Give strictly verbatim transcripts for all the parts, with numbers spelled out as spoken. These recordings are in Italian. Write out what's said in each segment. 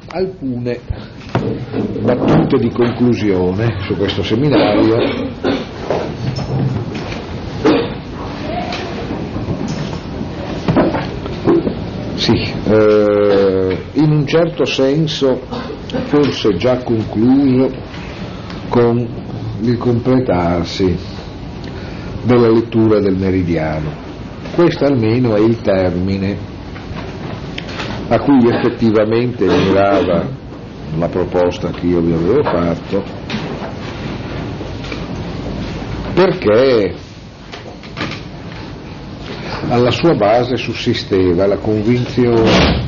alcune battute di conclusione su questo seminario. Sì, eh, in un certo senso forse già concluso con il completarsi della lettura del Meridiano. Questo almeno è il termine a cui effettivamente mirava la proposta che io vi avevo fatto, perché alla sua base sussisteva la convinzione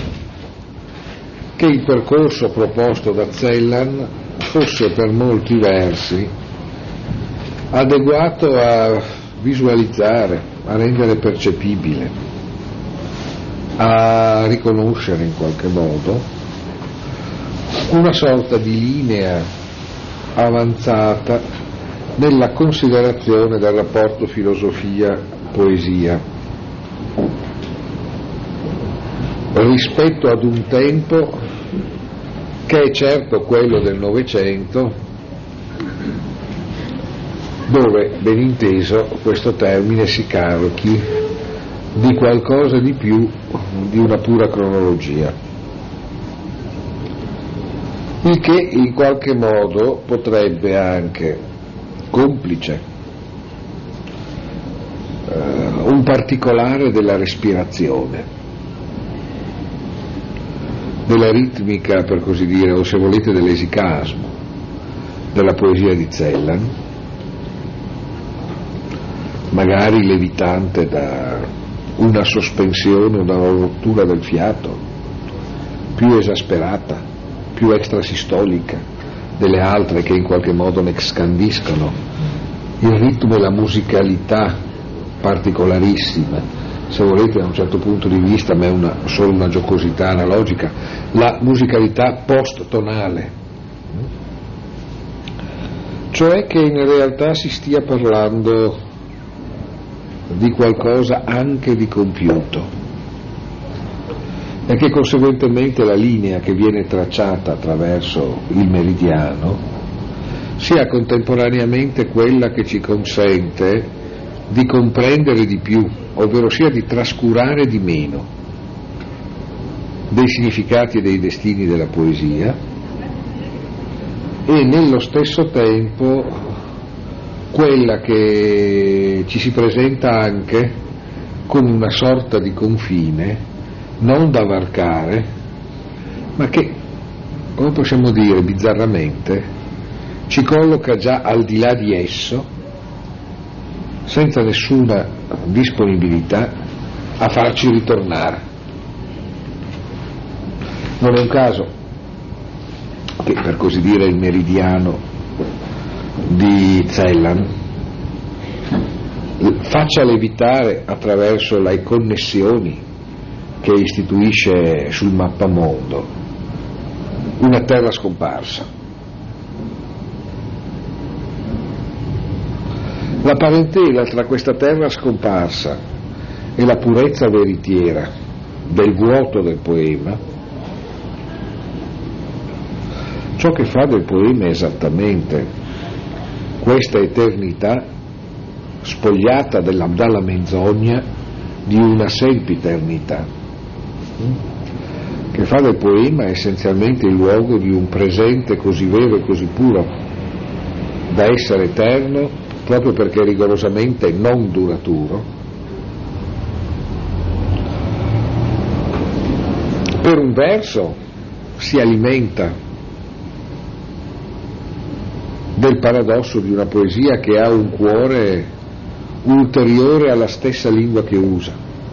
che il percorso proposto da Zellan fosse per molti versi adeguato a visualizzare, a rendere percepibile, a riconoscere in qualche modo una sorta di linea avanzata nella considerazione del rapporto filosofia-poesia rispetto ad un tempo che è certo quello del Novecento, dove, ben inteso, questo termine si carichi di qualcosa di più di una pura cronologia, il che in qualche modo potrebbe anche, complice eh, un particolare della respirazione, della ritmica, per così dire, o se volete dell'esicasmo della poesia di Zellan, magari levitante da una sospensione o da una rottura del fiato più esasperata, più extrasistolica delle altre che in qualche modo ne scandiscono il ritmo e la musicalità particolarissima, se volete da un certo punto di vista, ma è una, solo una giocosità analogica, la musicalità post-tonale, cioè che in realtà si stia parlando di qualcosa anche di compiuto e che conseguentemente la linea che viene tracciata attraverso il Meridiano sia contemporaneamente quella che ci consente di comprendere di più, ovvero sia di trascurare di meno dei significati e dei destini della poesia, e nello stesso tempo quella che ci si presenta anche come una sorta di confine non da varcare, ma che, come possiamo dire bizzarramente, ci colloca già al di là di esso, senza nessuna disponibilità a farci ritornare. Non è un caso che, per così dire, il Meridiano di Zellan faccia levitare attraverso le connessioni che istituisce sul mappamondo una terra scomparsa. La parentela tra questa terra scomparsa e la purezza veritiera del vuoto del poema, ciò che fa del poema esattamente questa eternità spogliata della, dalla menzogna di una sempiternità, che fa del poema essenzialmente il luogo di un presente così vero e così puro da essere eterno, proprio perché rigorosamente non duraturo, per un verso si alimenta del paradosso di una poesia che ha un cuore ulteriore alla stessa lingua che usa,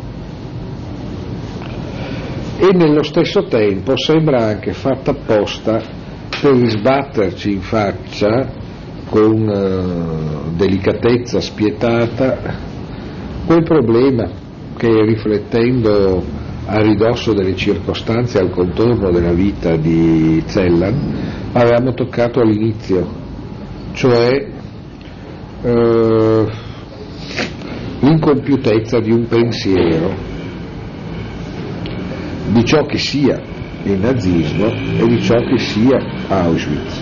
e nello stesso tempo sembra anche fatta apposta per risbatterci in faccia con uh, delicatezza spietata quel problema che, riflettendo a ridosso delle circostanze al contorno della vita di Zellan, avevamo toccato all'inizio, cioè uh, l'incompiutezza di un pensiero, di ciò che sia il nazismo e di ciò che sia Auschwitz.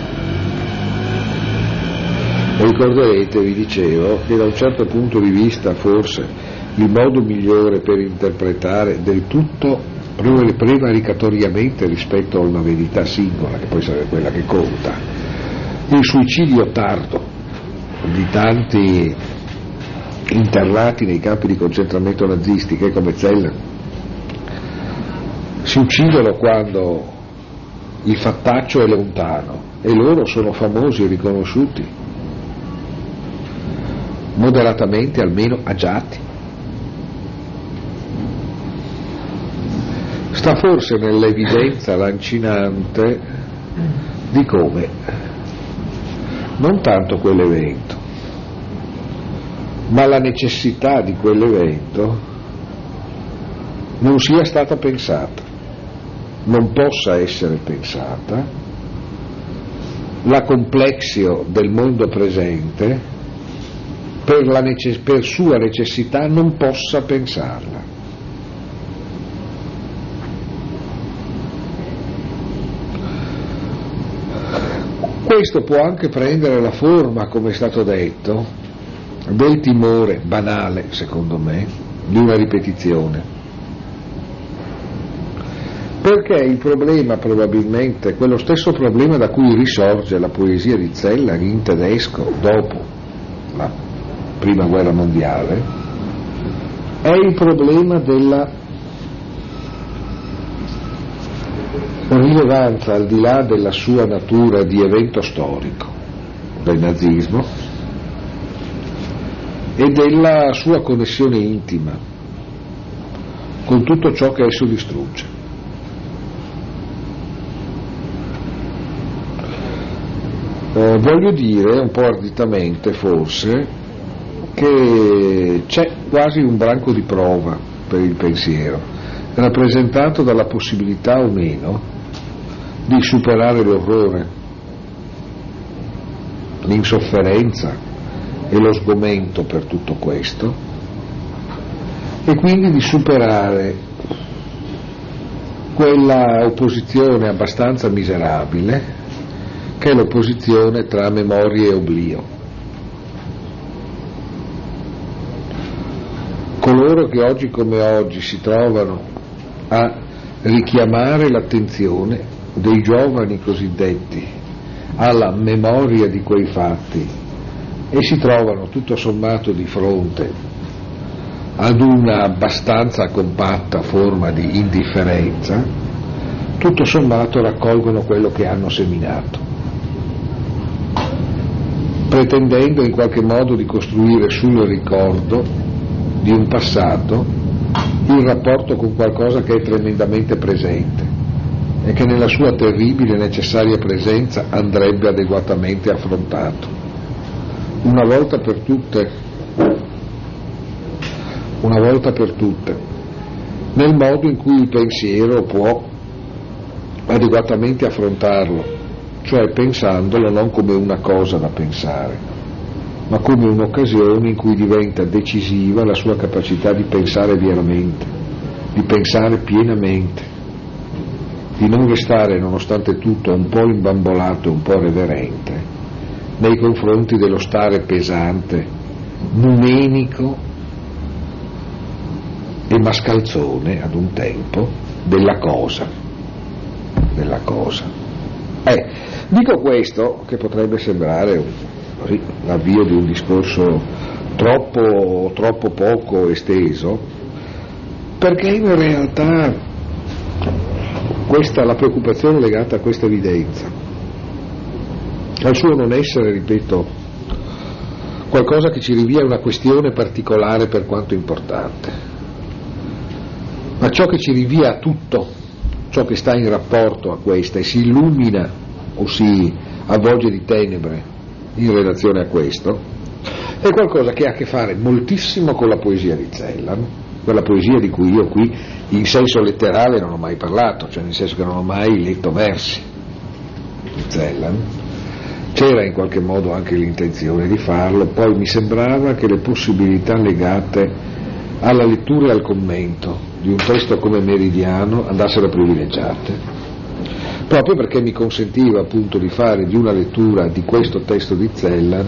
Ricorderete, vi dicevo, che da un certo punto di vista forse il modo migliore per interpretare del tutto prevaricatoriamente rispetto a una verità singola, che poi sarebbe quella che conta, il suicidio tardo di tanti internati nei campi di concentramento nazisti che come Zeller si uccidono quando il fattaccio è lontano e loro sono famosi e riconosciuti, moderatamente almeno agiati. Sta forse nell'evidenza lancinante di come non tanto quell'evento, ma la necessità di quell'evento non sia stata pensata, non possa essere pensata, la complexio del mondo presente per, la necess- per sua necessità non possa pensarla. Questo può anche prendere la forma, come è stato detto, del timore banale, secondo me, di una ripetizione. Perché il problema probabilmente è quello stesso problema da cui risorge la poesia di Zeller in tedesco dopo la prima guerra mondiale, è il problema della rilevanza, al di là della sua natura di evento storico del nazismo e della sua connessione intima con tutto ciò che esso distrugge. Eh, voglio dire un po' arditamente forse che c'è quasi un branco di prova per il pensiero, rappresentato dalla possibilità o meno di superare l'orrore, l'insofferenza e lo sgomento per tutto questo, e quindi di superare quella opposizione abbastanza miserabile che è l'opposizione tra memoria e oblio. Coloro che oggi come oggi si trovano a richiamare l'attenzione dei giovani cosiddetti alla memoria di quei fatti e si trovano tutto sommato di fronte ad una abbastanza compatta forma di indifferenza, tutto sommato raccolgono quello che hanno seminato, pretendendo in qualche modo di costruire sul ricordo di un passato il rapporto con qualcosa che è tremendamente presente e che nella sua terribile e necessaria presenza andrebbe adeguatamente affrontato. Una volta per tutte, una volta per tutte, nel modo in cui il pensiero può adeguatamente affrontarlo, cioè pensandolo non come una cosa da pensare, ma come un'occasione in cui diventa decisiva la sua capacità di pensare veramente, di pensare pienamente, di non restare nonostante tutto un po' imbambolato e un po' reverente nei confronti dello stare pesante, numenico e mascalzone ad un tempo della cosa, della cosa. Eh, dico questo che potrebbe sembrare un, così, l'avvio di un discorso troppo, troppo poco esteso, perché in realtà questa, la preoccupazione legata a questa evidenza, al suo non essere, ripeto, qualcosa che ci rinvia a una questione particolare per quanto importante, ma ciò che ci rinvia a tutto, ciò che sta in rapporto a questa e si illumina o si avvolge di tenebre in relazione a questo, è qualcosa che ha a che fare moltissimo con la poesia di Zeller, quella poesia di cui io qui in senso letterale non ho mai parlato, cioè nel senso che non ho mai letto versi di Zeller. C'era in qualche modo anche l'intenzione di farlo, poi mi sembrava che le possibilità legate alla lettura e al commento di un testo come Meridiano andassero privilegiate. proprio perché mi consentiva appunto di fare di una lettura di questo testo di Zellan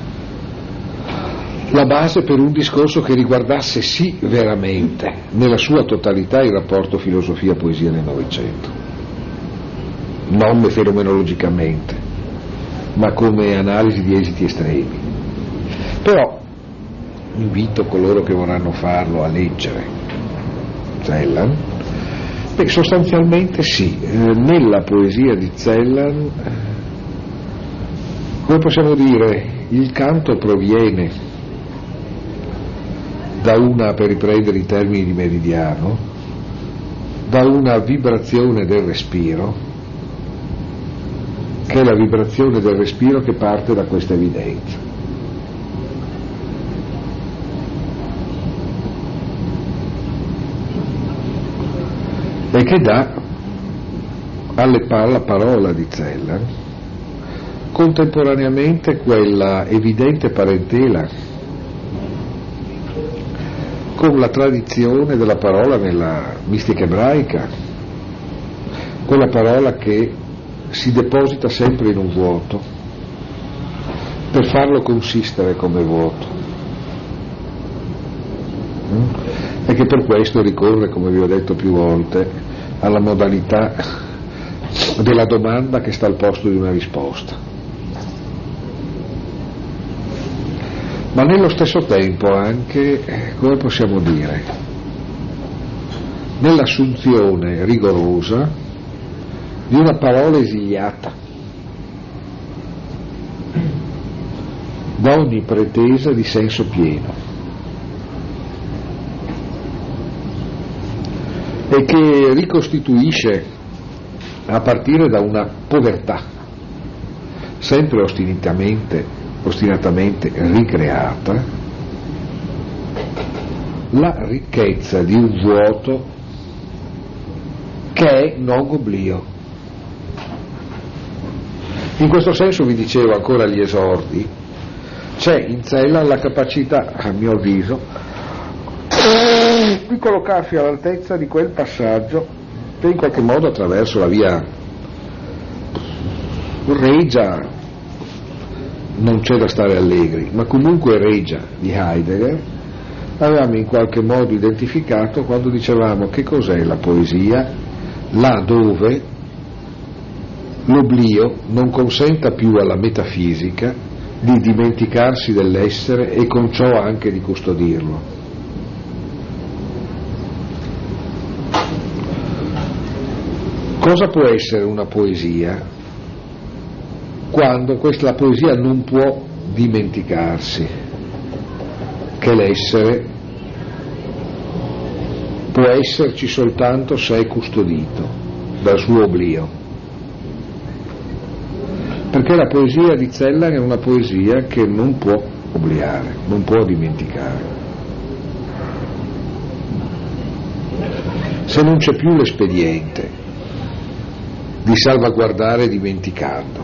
la base per un discorso che riguardasse sì veramente nella sua totalità il rapporto filosofia-poesia nel Novecento, non fenomenologicamente, ma come analisi di esiti estremi. Però invito coloro che vorranno farlo a leggere Zellan. Beh, sostanzialmente sì, eh, nella poesia di Zellan, come possiamo dire, il canto proviene da una, per riprendere i termini di Meridiano, da una vibrazione del respiro, che è la vibrazione del respiro che parte da questa evidenza. E che dà alle, alla parola di Zellan contemporaneamente quella evidente parentela con la tradizione della parola nella mistica ebraica, quella parola che si deposita sempre in un vuoto per farlo consistere come vuoto, e che per questo ricorre, come vi ho detto più volte, alla modalità della domanda che sta al posto di una risposta. Ma nello stesso tempo anche, come possiamo dire, nell'assunzione rigorosa di una parola esiliata da ogni pretesa di senso pieno, e che ricostituisce a partire da una povertà sempre ostinatamente ostinatamente ricreata la ricchezza di un vuoto che è non oblio. In questo senso, vi dicevo ancora agli esordi, c'è in Zellan la capacità, a mio avviso, di collocarsi all'altezza di quel passaggio che in qualche modo attraverso la via regia, non c'è da stare allegri, ma comunque regia di Heidegger, avevamo in qualche modo identificato quando dicevamo che cos'è la poesia, là dove l'oblio non consenta più alla metafisica di dimenticarsi dell'essere e con ciò anche di custodirlo. Cosa può essere una poesia? Quando questa la poesia non può dimenticarsi che l'essere può esserci soltanto se è custodito dal suo oblio, perché la poesia di Zellan è una poesia che non può obliare, non può dimenticare. Se non c'è più l'espediente di salvaguardare dimenticando,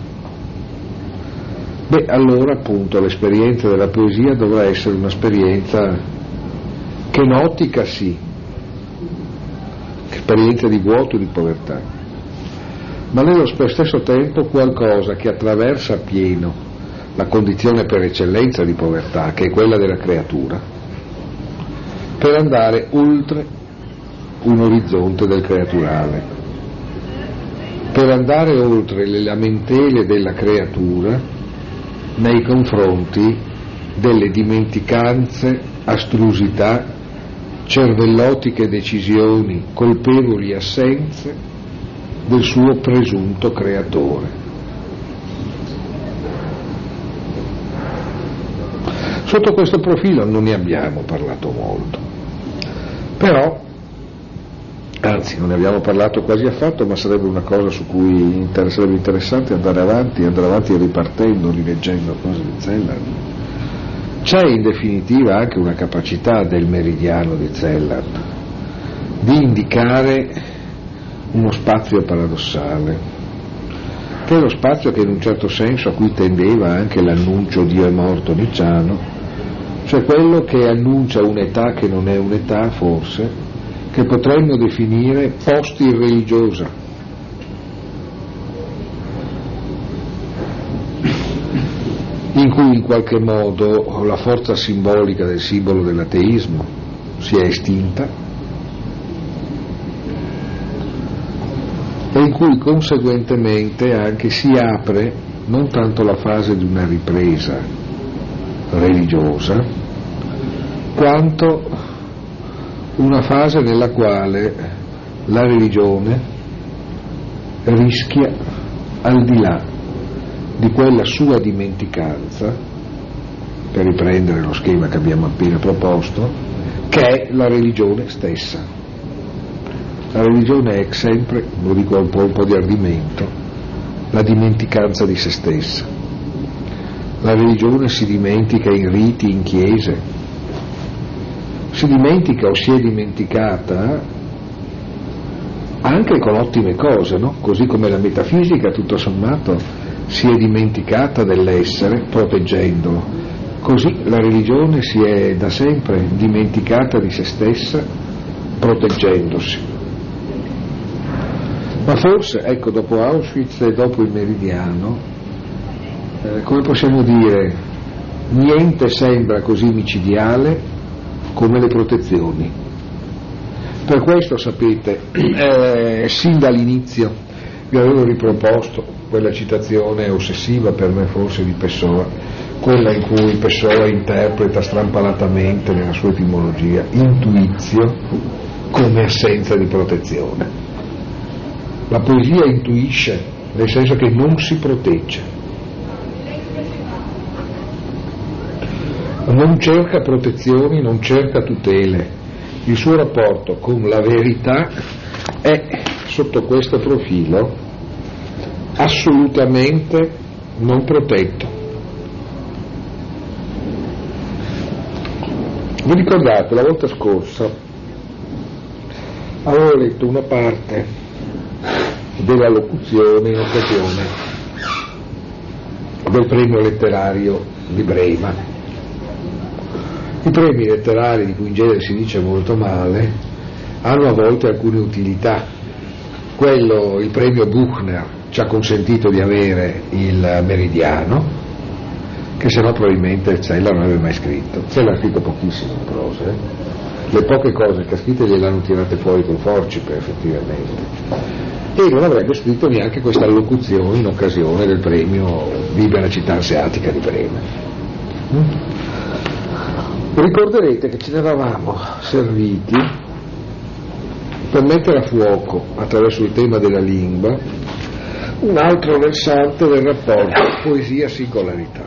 beh, allora appunto l'esperienza della poesia dovrà essere un'esperienza che notica sì, esperienza di vuoto, di povertà, ma nello stesso tempo qualcosa che attraversa appieno la condizione per eccellenza di povertà, che è quella della creatura, per andare oltre un orizzonte del creaturale, per andare oltre le lamentele della creatura nei confronti delle dimenticanze, astrusità, cervellotiche decisioni, colpevoli assenze del suo presunto creatore. Sotto questo profilo non ne abbiamo parlato molto, però, anzi non ne abbiamo parlato quasi affatto, ma sarebbe una cosa su cui inter- sarebbe interessante andare avanti, andare avanti ripartendo, rileggendo cose di Zellan. C'è in definitiva anche una capacità del Meridiano di Zellan di indicare uno spazio paradossale, che è lo spazio che in un certo senso a cui tendeva anche l'annuncio Dio è morto nicciano, cioè quello che annuncia un'età che non è un'età forse, che potremmo definire post-irreligiosa, in cui in qualche modo la forza simbolica del simbolo dell'ateismo si è estinta e in cui conseguentemente anche si apre non tanto la fase di una ripresa religiosa quanto una fase nella quale la religione rischia, al di là di quella sua dimenticanza, per riprendere lo schema che abbiamo appena proposto, che è la religione stessa. La religione è sempre, lo dico un po', un po' di ardimento, la dimenticanza di se stessa. La religione si dimentica in riti, in chiese, si dimentica o si è dimenticata anche con ottime cose, no? Così come la metafisica tutto sommato si è dimenticata dell'essere proteggendolo, così la religione si è da sempre dimenticata di se stessa proteggendosi. Ma forse, ecco, dopo Auschwitz e dopo il Meridiano, eh, come possiamo dire, niente sembra così micidiale come le protezioni. Per questo, sapete, eh, sin dall'inizio vi avevo riproposto quella citazione ossessiva per me forse di Pessoa, quella in cui Pessoa interpreta strampalatamente nella sua etimologia intuizio come assenza di protezione. La poesia intuisce, nel senso che non si protegge, non cerca protezioni, non cerca tutele. Il suo rapporto con la verità è, sotto questo profilo, assolutamente non protetto. Vi ricordate, la volta scorsa avevo letto una parte della locuzione in occasione del premio letterario di Brema. I premi letterari, di cui in genere si dice molto male, hanno a volte alcune utilità. Quello, il premio Buchner, ci ha consentito di avere il Meridiano, che se no probabilmente Zeller non aveva mai scritto. Zeller ha scritto pochissimo in prosa, eh? Le poche cose che ha scritto gliel'hanno tirate fuori col forcipe, effettivamente, e non avrebbe scritto neanche questa allocuzione in occasione del premio Libera Città Anseatica di Brema. Mm? Ricorderete che ce ne eravamo serviti per mettere a fuoco, attraverso il tema della lingua, un altro versante del rapporto poesia-singolarità,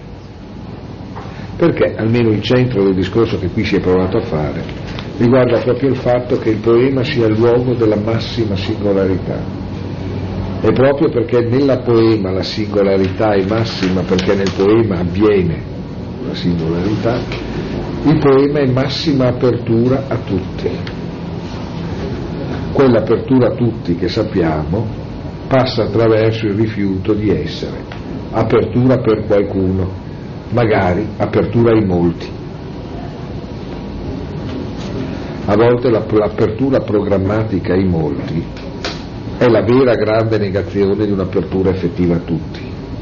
perché almeno il centro del discorso che qui si è provato a fare riguarda proprio il fatto che il poema sia il luogo della massima singolarità, e proprio perché nella poema la singolarità è massima, perché nel poema avviene la singolarità, il poema è massima apertura a tutti. Quell'apertura a tutti che sappiamo passa attraverso il rifiuto di essere, apertura per qualcuno, magari apertura ai molti. A volte l'apertura programmatica ai molti è la vera grande negazione di un'apertura effettiva a tutti.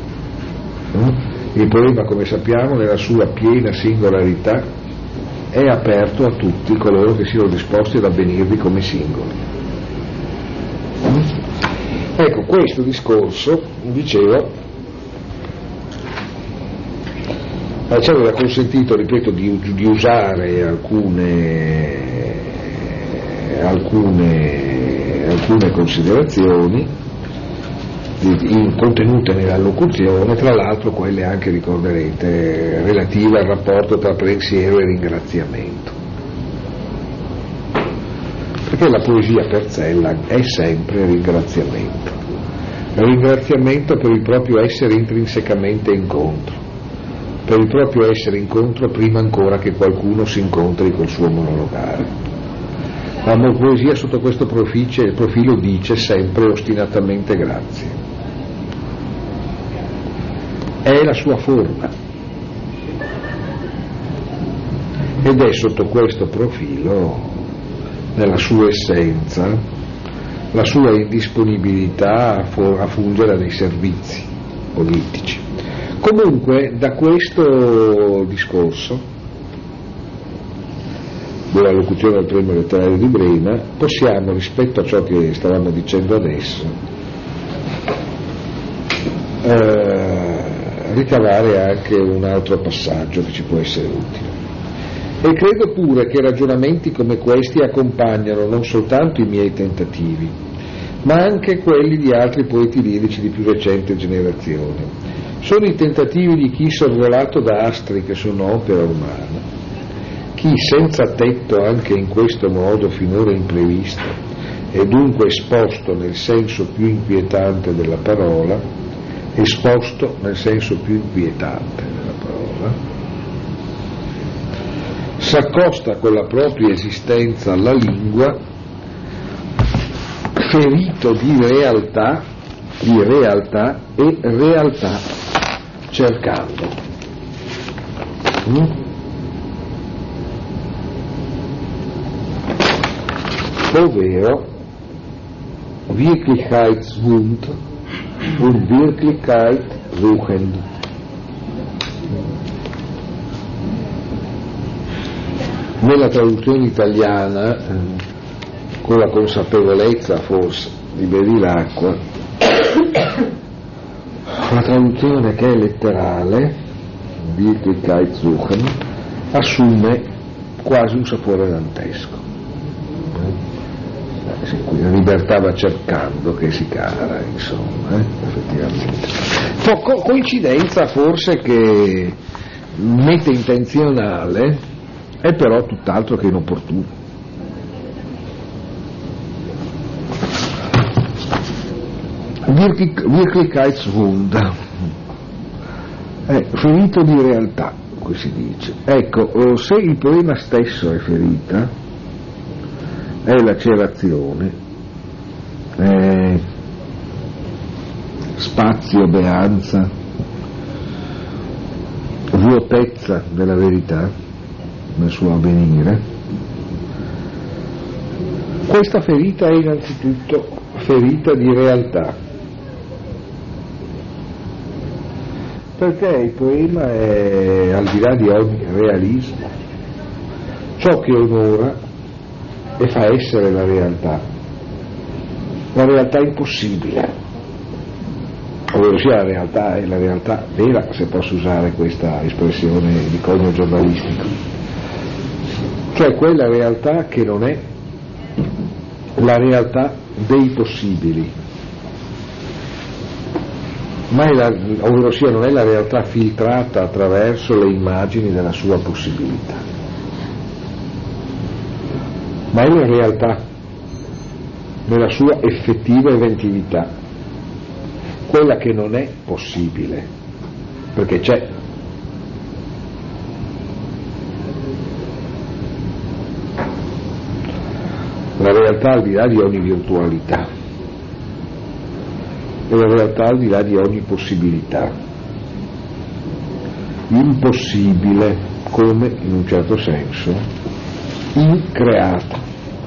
Il poema, come sappiamo, nella sua piena singolarità è aperto a tutti coloro che siano disposti ad avvenirvi come singoli. Ecco, questo discorso, dicevo, ci aveva consentito, ripeto, di, di usare alcune, alcune, alcune considerazioni in, contenute nella locuzione, tra l'altro quelle anche, ricorderete, relative al rapporto tra pensiero e ringraziamento. Perché la poesia per Zeller è sempre ringraziamento, ringraziamento per il proprio essere intrinsecamente incontro, per il proprio essere incontro prima ancora che qualcuno si incontri col suo monologare. La poesia sotto questo profilo dice sempre ostinatamente grazie, è la sua forma, ed è sotto questo profilo, nella sua essenza, la sua indisponibilità a, for- a fungere dei servizi politici, Comunque, da questo discorso della locuzione del premio letterario di Brena possiamo, rispetto a ciò che stavamo dicendo adesso, eh, ricavare anche un altro passaggio che ci può essere utile. E credo pure che ragionamenti come questi accompagnano non soltanto i miei tentativi, ma anche quelli di altri poeti lirici di più recente generazione. Sono i tentativi di chi, sorvolato da astri che sono opera umana, chi senza tetto anche in questo modo finora imprevisto e dunque esposto nel senso più inquietante della parola, esposto nel senso più inquietante della parola, s'accosta con la propria esistenza alla lingua, ferito di realtà, di realtà e realtà cercando. Mm? Ovvero Wirklichkeitswund und Wirklichkeit suchend. Nella traduzione italiana, con la consapevolezza forse di Bevilacqua, la traduzione che è letterale, Wirklichkeitssuchen, assume quasi un sapore dantesco. La libertà va cercando che si cara, insomma, eh, effettivamente. Po- coincidenza forse che mette intenzionale è però tutt'altro che inopportuno. Wirklichkeitswund è ferito di realtà, qui si dice. Ecco, se il poema stesso è ferita, è lacerazione, è spazio, beanza, vuotezza della verità nel suo avvenire, questa ferita è innanzitutto ferita di realtà, perché il poema è al di là di ogni realismo, ciò che onora e fa essere la realtà, la realtà impossibile, ovvero sia la realtà è la realtà vera, se posso usare questa espressione di conio giornalistico, cioè quella realtà che non è la realtà dei possibili, ma è la, ovvero sia non è la realtà filtrata attraverso le immagini della sua possibilità, ma è la realtà nella sua effettiva eventività, quella che non è possibile, perché c'è. La realtà al di là di ogni virtualità, e la realtà al di là di ogni possibilità, impossibile come, in un certo senso, increata.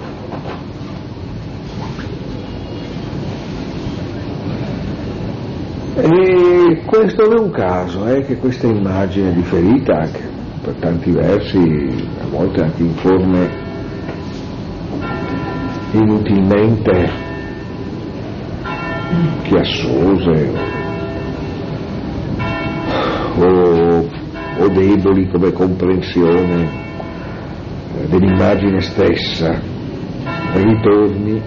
E questo non è un caso, è eh, che questa immagine di ferita, anche per tanti versi, a volte anche in forme inutilmente chiassose o, o deboli come comprensione dell'immagine stessa, ritorni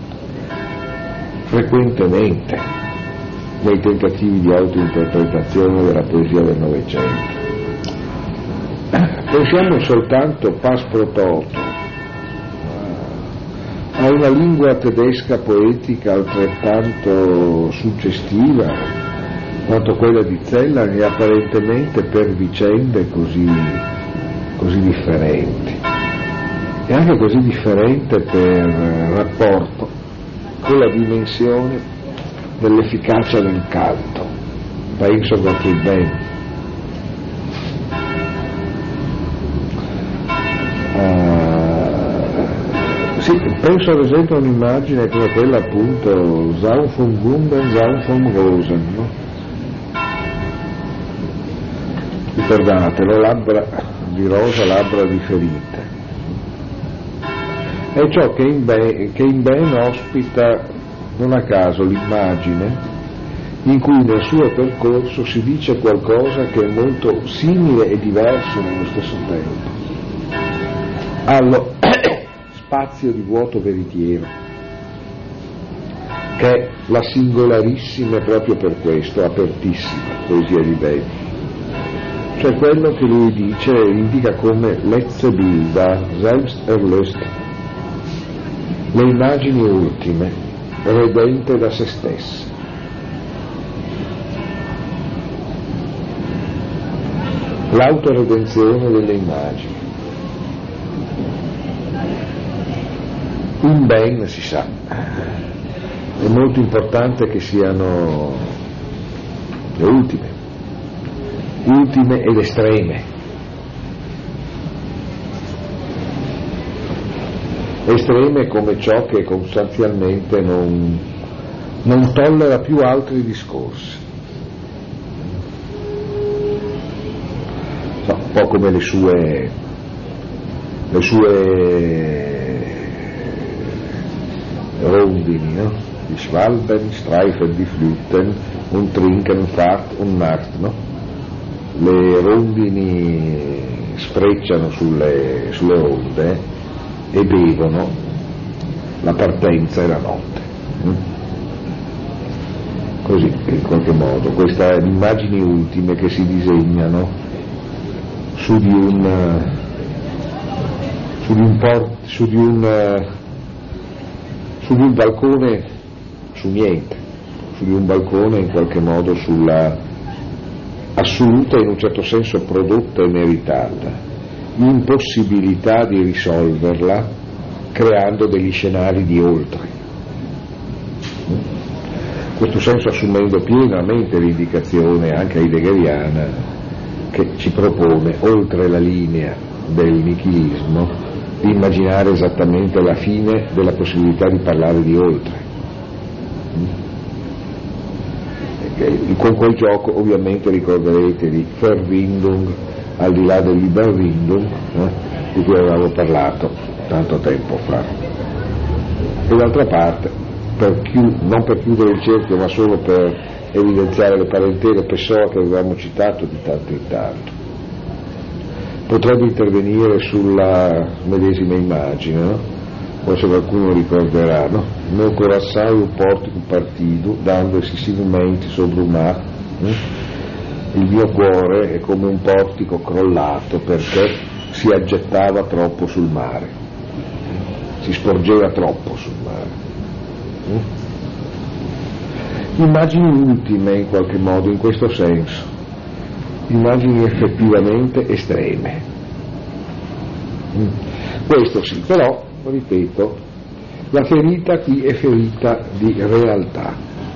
frequentemente nei tentativi di autointerpretazione della poesia del Novecento. Pensiamo soltanto pas pro toto a una lingua tedesca poetica altrettanto suggestiva quanto quella di Zeller e apparentemente per vicende così, così differenti, e anche così differente per rapporto con la dimensione dell'efficacia del canto. Penso a bene. Sì, penso ad esempio a un'immagine come quella appunto Zaun vom Wunden, Zaun vom Rosen, no? Ricordatelo, labbra di rosa, labbra di ferite. È ciò che in Ben, che in Ben ospita non a caso l'immagine in cui nel suo percorso si dice qualcosa che è molto simile e diverso nello stesso tempo allo spazio di vuoto veritiero, che è la singolarissima e proprio per questo apertissima poesia di Ben, cioè quello che lui dice indica come letzte Bilder, selbsterlöst, le immagini ultime redente da se stesse. L'autoredenzione delle immagini. In Ben si sa, è molto importante che siano le ultime, ultime ed estreme. Estreme come ciò che sostanzialmente non, non tollera più altri discorsi. Un po' come le sue le sue rondini, no? Die Schwalben streifen die Fluten und trinken Fahrt und Nacht, no? Le rondini sfrecciano sulle, sulle onde e bevono la partenza e la notte. Così, in qualche modo, queste immagini ultime che si disegnano su di un su di un, port, su di un su di un balcone su niente, su di un balcone in qualche modo sulla assoluta e in un certo senso prodotta e meritata impossibilità di risolverla creando degli scenari di oltre. In questo senso assumendo pienamente l'indicazione anche heideggeriana che ci propone, oltre la linea del nichilismo, di immaginare esattamente la fine della possibilità di parlare di oltre. E con quel gioco ovviamente ricorderete di Verwindung al di là dell'Überwindung, eh, di cui avevamo parlato tanto tempo fa. E d'altra parte, per chiud- non per chiudere il cerchio ma solo per evidenziare le parentele Pessoa che avevamo citato di tanto in tanto, potrebbe intervenire sulla medesima immagine, no? Forse qualcuno ricorderà, no? Meu coração e o pórtico partido, dando essi simumenti sobre o mar. Il mio cuore è come un portico crollato perché si aggettava troppo sul mare, si sporgeva troppo sul mare. Immagini ultime in qualche modo, in questo senso, immagini effettivamente estreme. Questo sì, però, ripeto, la ferita qui è ferita di realtà.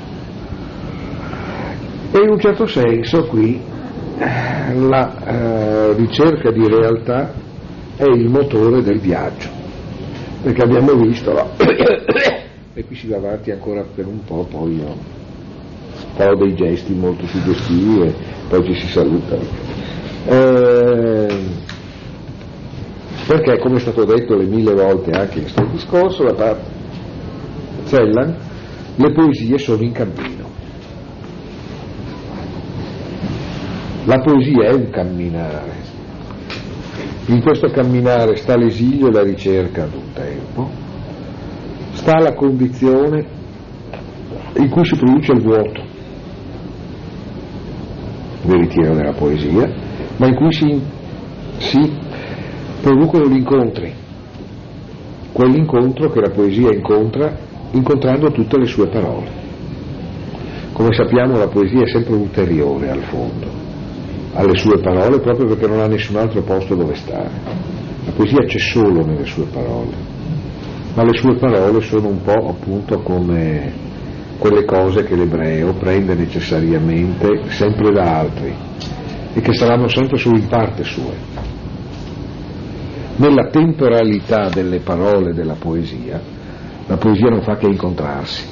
E in un certo senso qui la eh, ricerca di realtà è il motore del viaggio, perché abbiamo visto, no? E qui si va avanti ancora per un po', poi io farò dei gesti molto suggestivi e poi ci si saluta. Eh, perché, come è stato detto le mille volte anche in questo discorso, da parte Zellan, le poesie sono in cammino. La poesia è un camminare. In questo camminare sta l'esilio e la ricerca ad un tempo, sta la condizione in cui si produce il vuoto, veritiero della poesia, ma in cui si, si producono gli incontri, quell'incontro che la poesia incontra incontrando tutte le sue parole. Come sappiamo, la poesia è sempre ulteriore al fondo alle sue parole, proprio perché non ha nessun altro posto dove stare. La poesia c'è solo nelle sue parole, ma le sue parole sono un po' appunto come quelle cose che l'ebreo prende necessariamente sempre da altri e che saranno sempre solo in parte sue. Nella temporalità delle parole della poesia, la poesia non fa che incontrarsi.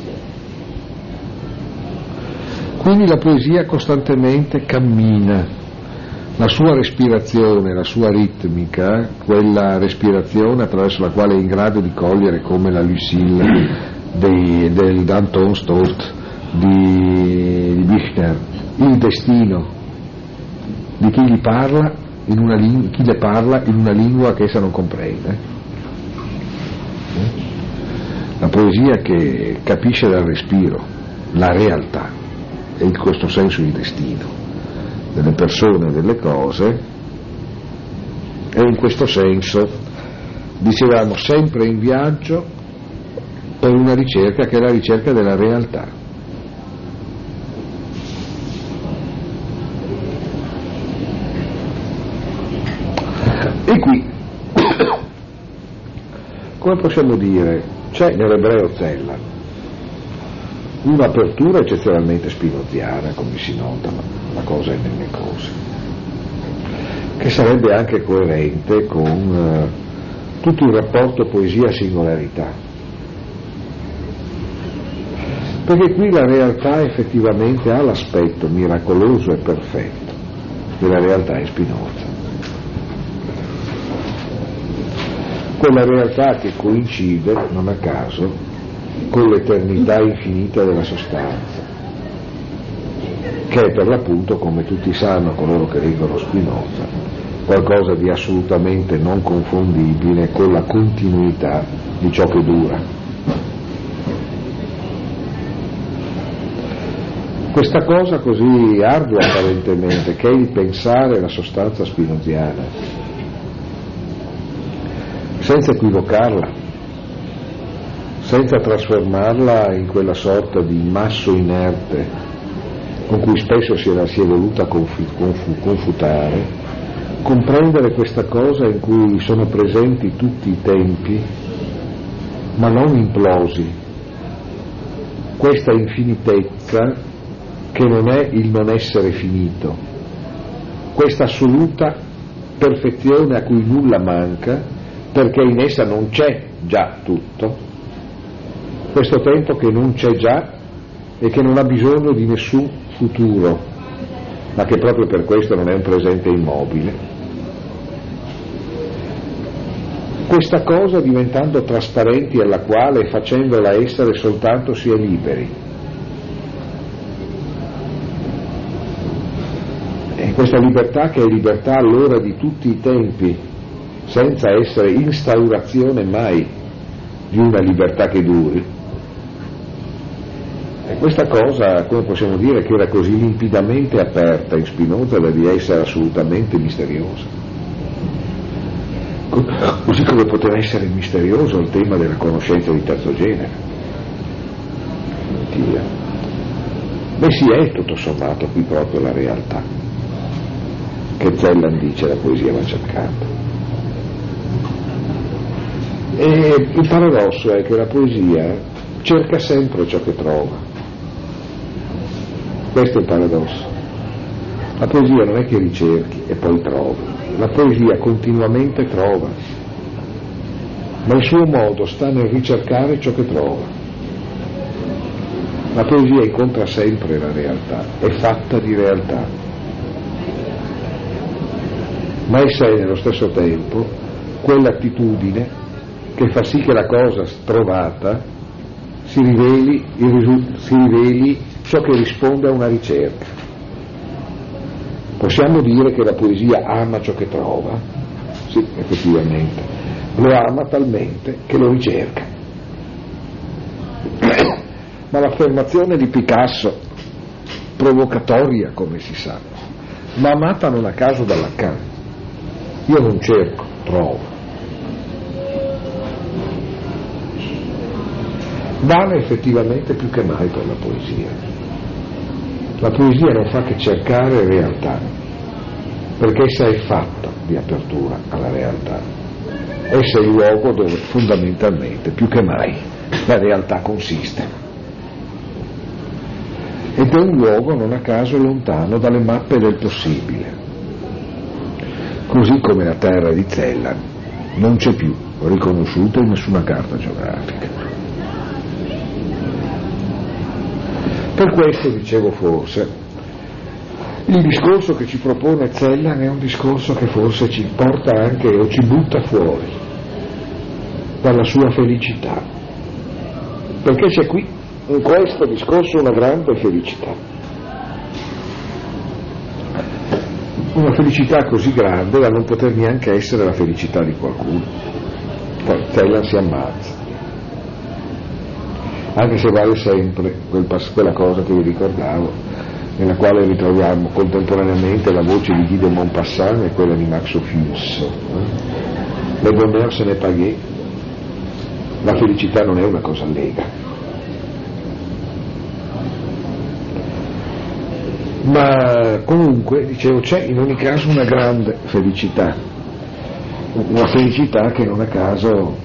Quindi la poesia costantemente cammina la sua respirazione, la sua ritmica, quella respirazione attraverso la quale è in grado di cogliere, come la Lucille dei, del Danton Stolz di, di Büchner, il destino di chi gli parla in una ling- chi le parla in una lingua che essa non comprende. La poesia che capisce dal respiro la realtà e in questo senso il destino delle persone e delle cose, e in questo senso dicevamo sempre in viaggio per una ricerca che è la ricerca della realtà. E qui come possiamo dire c'è nell'ebreo Zella un'apertura eccezionalmente spinoziana, come si nota, la cosa è nelle cose, che sarebbe anche coerente con eh, tutto il rapporto poesia-singolarità, perché qui la realtà effettivamente ha l'aspetto miracoloso e perfetto della realtà in Spinoza, quella realtà che coincide, non a caso, con l'eternità infinita della sostanza, che è per l'appunto, come tutti sanno coloro che leggono Spinoza, qualcosa di assolutamente non confondibile con la continuità di ciò che dura. Questa cosa così ardua apparentemente, che è il pensare la sostanza spinoziana, senza equivocarla, senza trasformarla in quella sorta di masso inerte con cui spesso si è, si è voluta confu, confu, confutare, comprendere questa cosa in cui sono presenti tutti i tempi, ma non implosi, questa infinitezza che non è il non essere finito, questa assoluta perfezione a cui nulla manca, perché in essa non c'è già tutto, questo tempo che non c'è già e che non ha bisogno di nessun futuro, ma che proprio per questo non è un presente immobile. Questa cosa diventando trasparenti alla quale e facendola essere soltanto si è liberi. E questa libertà che è libertà allora di tutti i tempi, senza essere instaurazione mai di una libertà che duri. E questa cosa, come possiamo dire, che era così limpidamente aperta in Spinoza da di essere assolutamente misteriosa. Così come poteva essere misterioso il tema della conoscenza di terzo genere. Beh sì, è tutto sommato qui proprio la realtà che Zellan dice la poesia va cercando. E il paradosso è che la poesia cerca sempre ciò che trova. Questo è il paradosso. La poesia non è che ricerchi e poi trovi, la poesia continuamente trova, ma il suo modo sta nel ricercare ciò che trova. La poesia incontra sempre la realtà, è fatta di realtà, ma essa è nello stesso tempo quell'attitudine che fa sì che la cosa trovata si riveli, il risu- si riveli ciò che risponde a una ricerca. Possiamo dire che la poesia ama ciò che trova? Sì, effettivamente, lo ama talmente che lo ricerca. Ma l'affermazione di Picasso, provocatoria come si sa, ma amata non a caso da Lacan, io non cerco, trovo. Vale effettivamente più che mai per la poesia. La poesia non fa che cercare realtà, perché essa è fatta di apertura alla realtà. Essa è il luogo dove fondamentalmente, più che mai, la realtà consiste. Ed è un luogo non a caso lontano dalle mappe del possibile. Così come la terra di Zellan non c'è più riconosciuta in nessuna carta geografica. Per questo, dicevo forse, Il discorso che ci propone Zellan è un discorso che forse ci porta anche o ci butta fuori dalla sua felicità, perché c'è qui in questo discorso una grande felicità, una felicità così grande da non poter neanche essere la felicità di qualcuno. Poi Zellan si ammazza, anche se vale sempre quel pass- quella cosa che vi ricordavo, nella quale ritroviamo contemporaneamente la voce di Guy de Maupassant e quella di Max Ophuls. Eh? Le bonheur se ne paghe, la felicità non è una cosa allegra. Ma comunque, dicevo, c'è in ogni caso una grande felicità, una felicità che non a caso,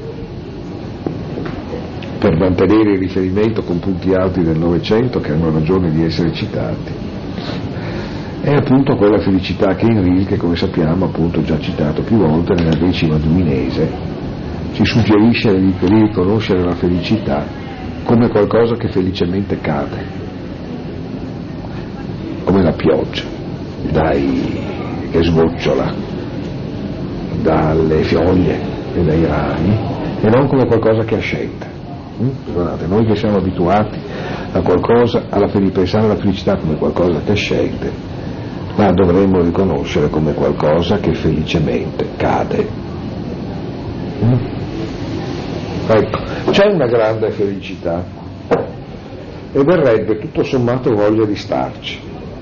per mantenere il riferimento con punti alti del Novecento che hanno ragione di essere citati, è appunto quella felicità che in Rilke, come sappiamo, appunto già citato più volte nella decima Duminese, ci suggerisce di riconoscere la felicità come qualcosa che felicemente cade, come la pioggia dai, che sgocciola dalle foglie e dai rami, e non come qualcosa che ascende. Guardate, noi che siamo abituati a qualcosa, alla fel- pensare alla felicità come qualcosa che scende, la dovremmo riconoscere come qualcosa che felicemente cade. Mm? Ecco, c'è una grande felicità e verrebbe tutto sommato voglia di starci,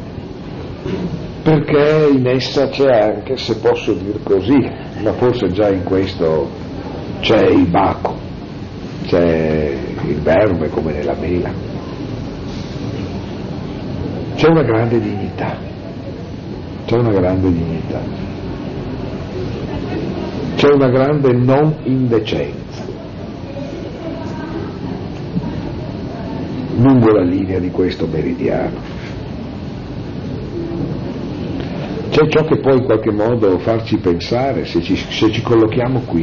perché in essa c'è anche, se posso dir così, ma forse già in questo c'è il baco, c'è il verme come nella mela, c'è una grande dignità, c'è una grande dignità, c'è una grande non indecenza lungo la linea di questo meridiano. C'è ciò che può in qualche modo farci pensare, se ci, se ci collochiamo qui,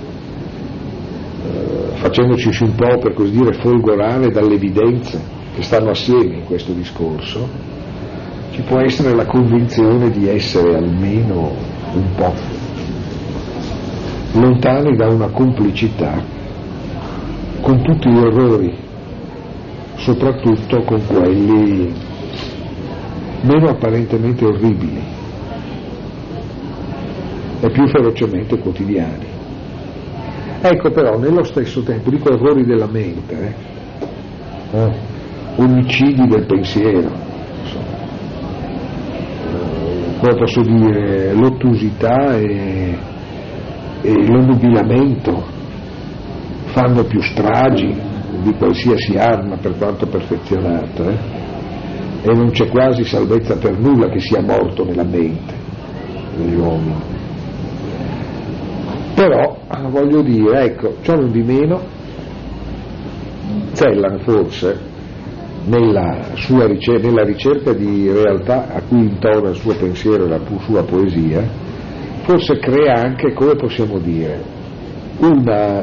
facendoci un po', per così dire, folgorare dalle evidenze che stanno assieme in questo discorso, ci può essere la convinzione di essere almeno un po' lontani da una complicità con tutti gli orrori, soprattutto con quelli meno apparentemente orribili e più ferocemente quotidiani. Ecco, però nello stesso tempo, dico errori della mente, eh? Eh, omicidi del pensiero, eh, come posso dire, l'ottusità e, e l'onnubilamento fanno più stragi di qualsiasi arma per quanto perfezionata, eh? E non c'è quasi salvezza per nulla che sia morto nella mente degli uomini. Però, voglio dire, ecco, ciò non di meno, Zellan forse, nella sua ricerca, nella ricerca di realtà a cui intona il suo pensiero e la sua poesia, forse crea anche, come possiamo dire, una,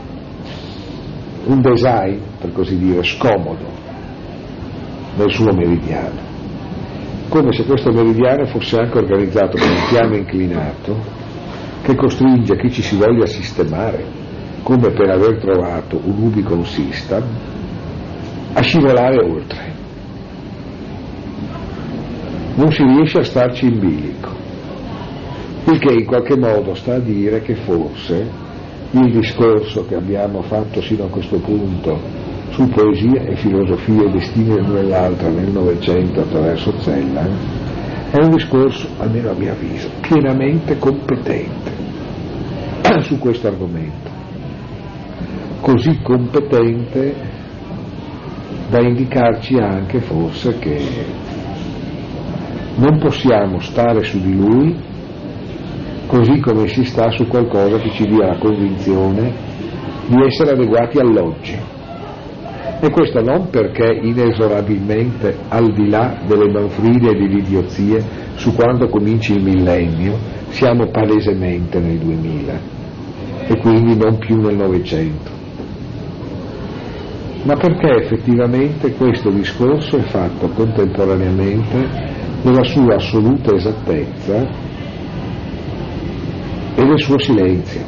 un design, per così dire, scomodo nel suo meridiano, come se questo meridiano fosse anche organizzato con un piano inclinato che costringe chi ci si voglia sistemare, come per aver trovato un ubicon system, a scivolare oltre. Non si riesce a starci in bilico, il che in qualche modo sta a dire che forse il discorso che abbiamo fatto sino a questo punto su poesia e filosofia e destini l'una e l'altra nel Novecento attraverso Zellan è un discorso, almeno a mio avviso, pienamente competente su questo argomento, così competente da indicarci anche forse che non possiamo stare su di lui così come si sta su qualcosa che ci dia la convinzione di essere adeguati all'oggi, e questo non perché inesorabilmente al di là delle manfrine e delle idiozie su quando cominci il millennio siamo palesemente nel duemila e quindi non più nel Novecento, ma perché effettivamente questo discorso è fatto contemporaneamente della sua assoluta esattezza e del suo silenzio.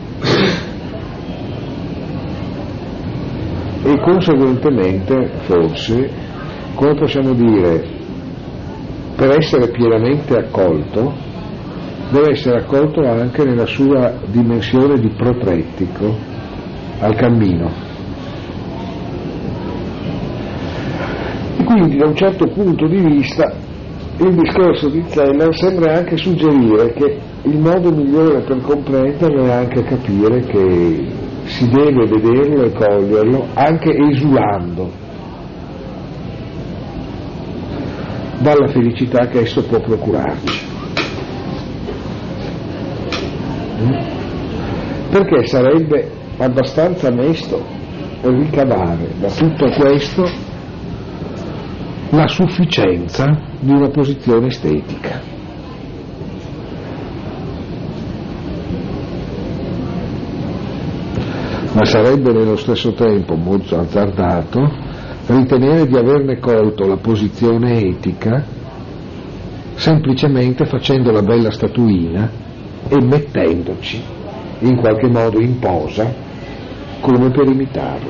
E conseguentemente, forse, come possiamo dire, per essere pienamente accolto, deve essere accolto anche nella sua dimensione di protrettico al cammino. E quindi, da un certo punto di vista, il discorso di Zeller sembra anche suggerire che il modo migliore per comprenderlo è anche capire che si deve vederlo e coglierlo anche esulando dalla felicità che esso può procurarci. Perché sarebbe abbastanza mesto ricavare da tutto questo la sufficienza di una posizione estetica. Ma sarebbe nello stesso tempo molto azzardato ritenere di averne colto la posizione etica semplicemente facendo la bella statuina e mettendoci in qualche modo in posa come per imitarlo.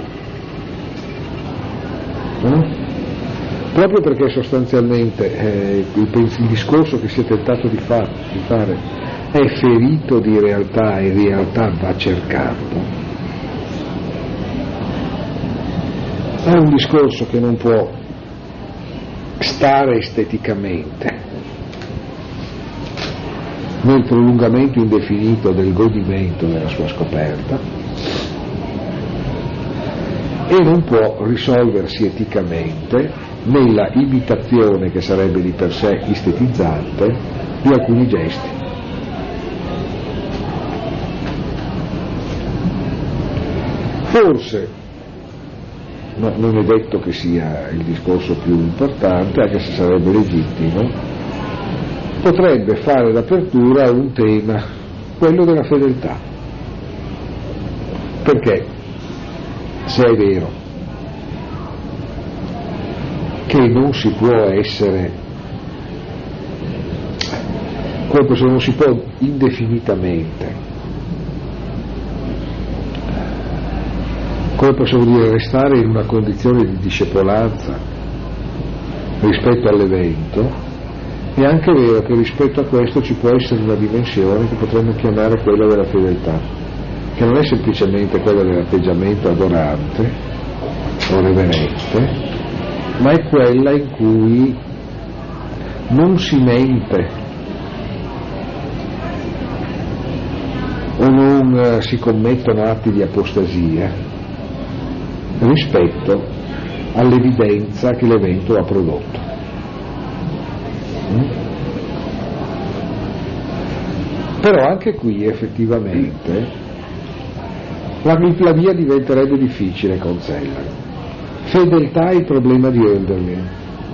Eh? Proprio perché sostanzialmente eh, il, il discorso che si è tentato di, fa, di fare è ferito di realtà e di realtà va cercato. È un discorso che non può stare esteticamente nel prolungamento indefinito del godimento della sua scoperta e non può risolversi eticamente nella imitazione, che sarebbe di per sé estetizzante, di alcuni gesti. Forse no, non è detto che sia il discorso più importante, anche se sarebbe legittimo, potrebbe fare d'apertura un tema, quello della fedeltà. Perché, se è vero che non si può essere, come se non si può indefinitamente, come possiamo dire, restare in una condizione di discepolanza rispetto all'evento, è anche vero che rispetto a questo ci può essere una dimensione che potremmo chiamare quella della fedeltà, che non è semplicemente quella dell'atteggiamento adorante o reverente, ma è quella in cui non si mente o non si commettono atti di apostasia rispetto all'evidenza che l'evento ha prodotto. Mm? Però anche qui effettivamente la, la via diventerebbe difficile con Zeller. Fedeltà è il problema di Hölderlin.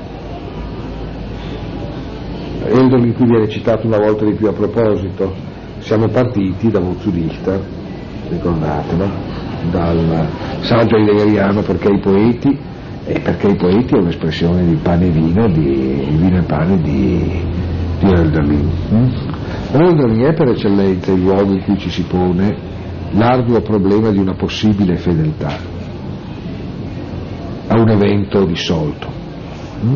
Hölderlin qui viene citato una volta di più a proposito. Siamo partiti da Wurtzrichter, ricordatelo, dal saggio heideggeriano perché i poeti, e perché i poeti è un'espressione di pane e vino, di vino e pane di, di Hölderlin. Mm? Hölderlin è per eccellenza il luogo in cui ci si pone l'arduo problema di una possibile fedeltà a un evento dissolto. Mm?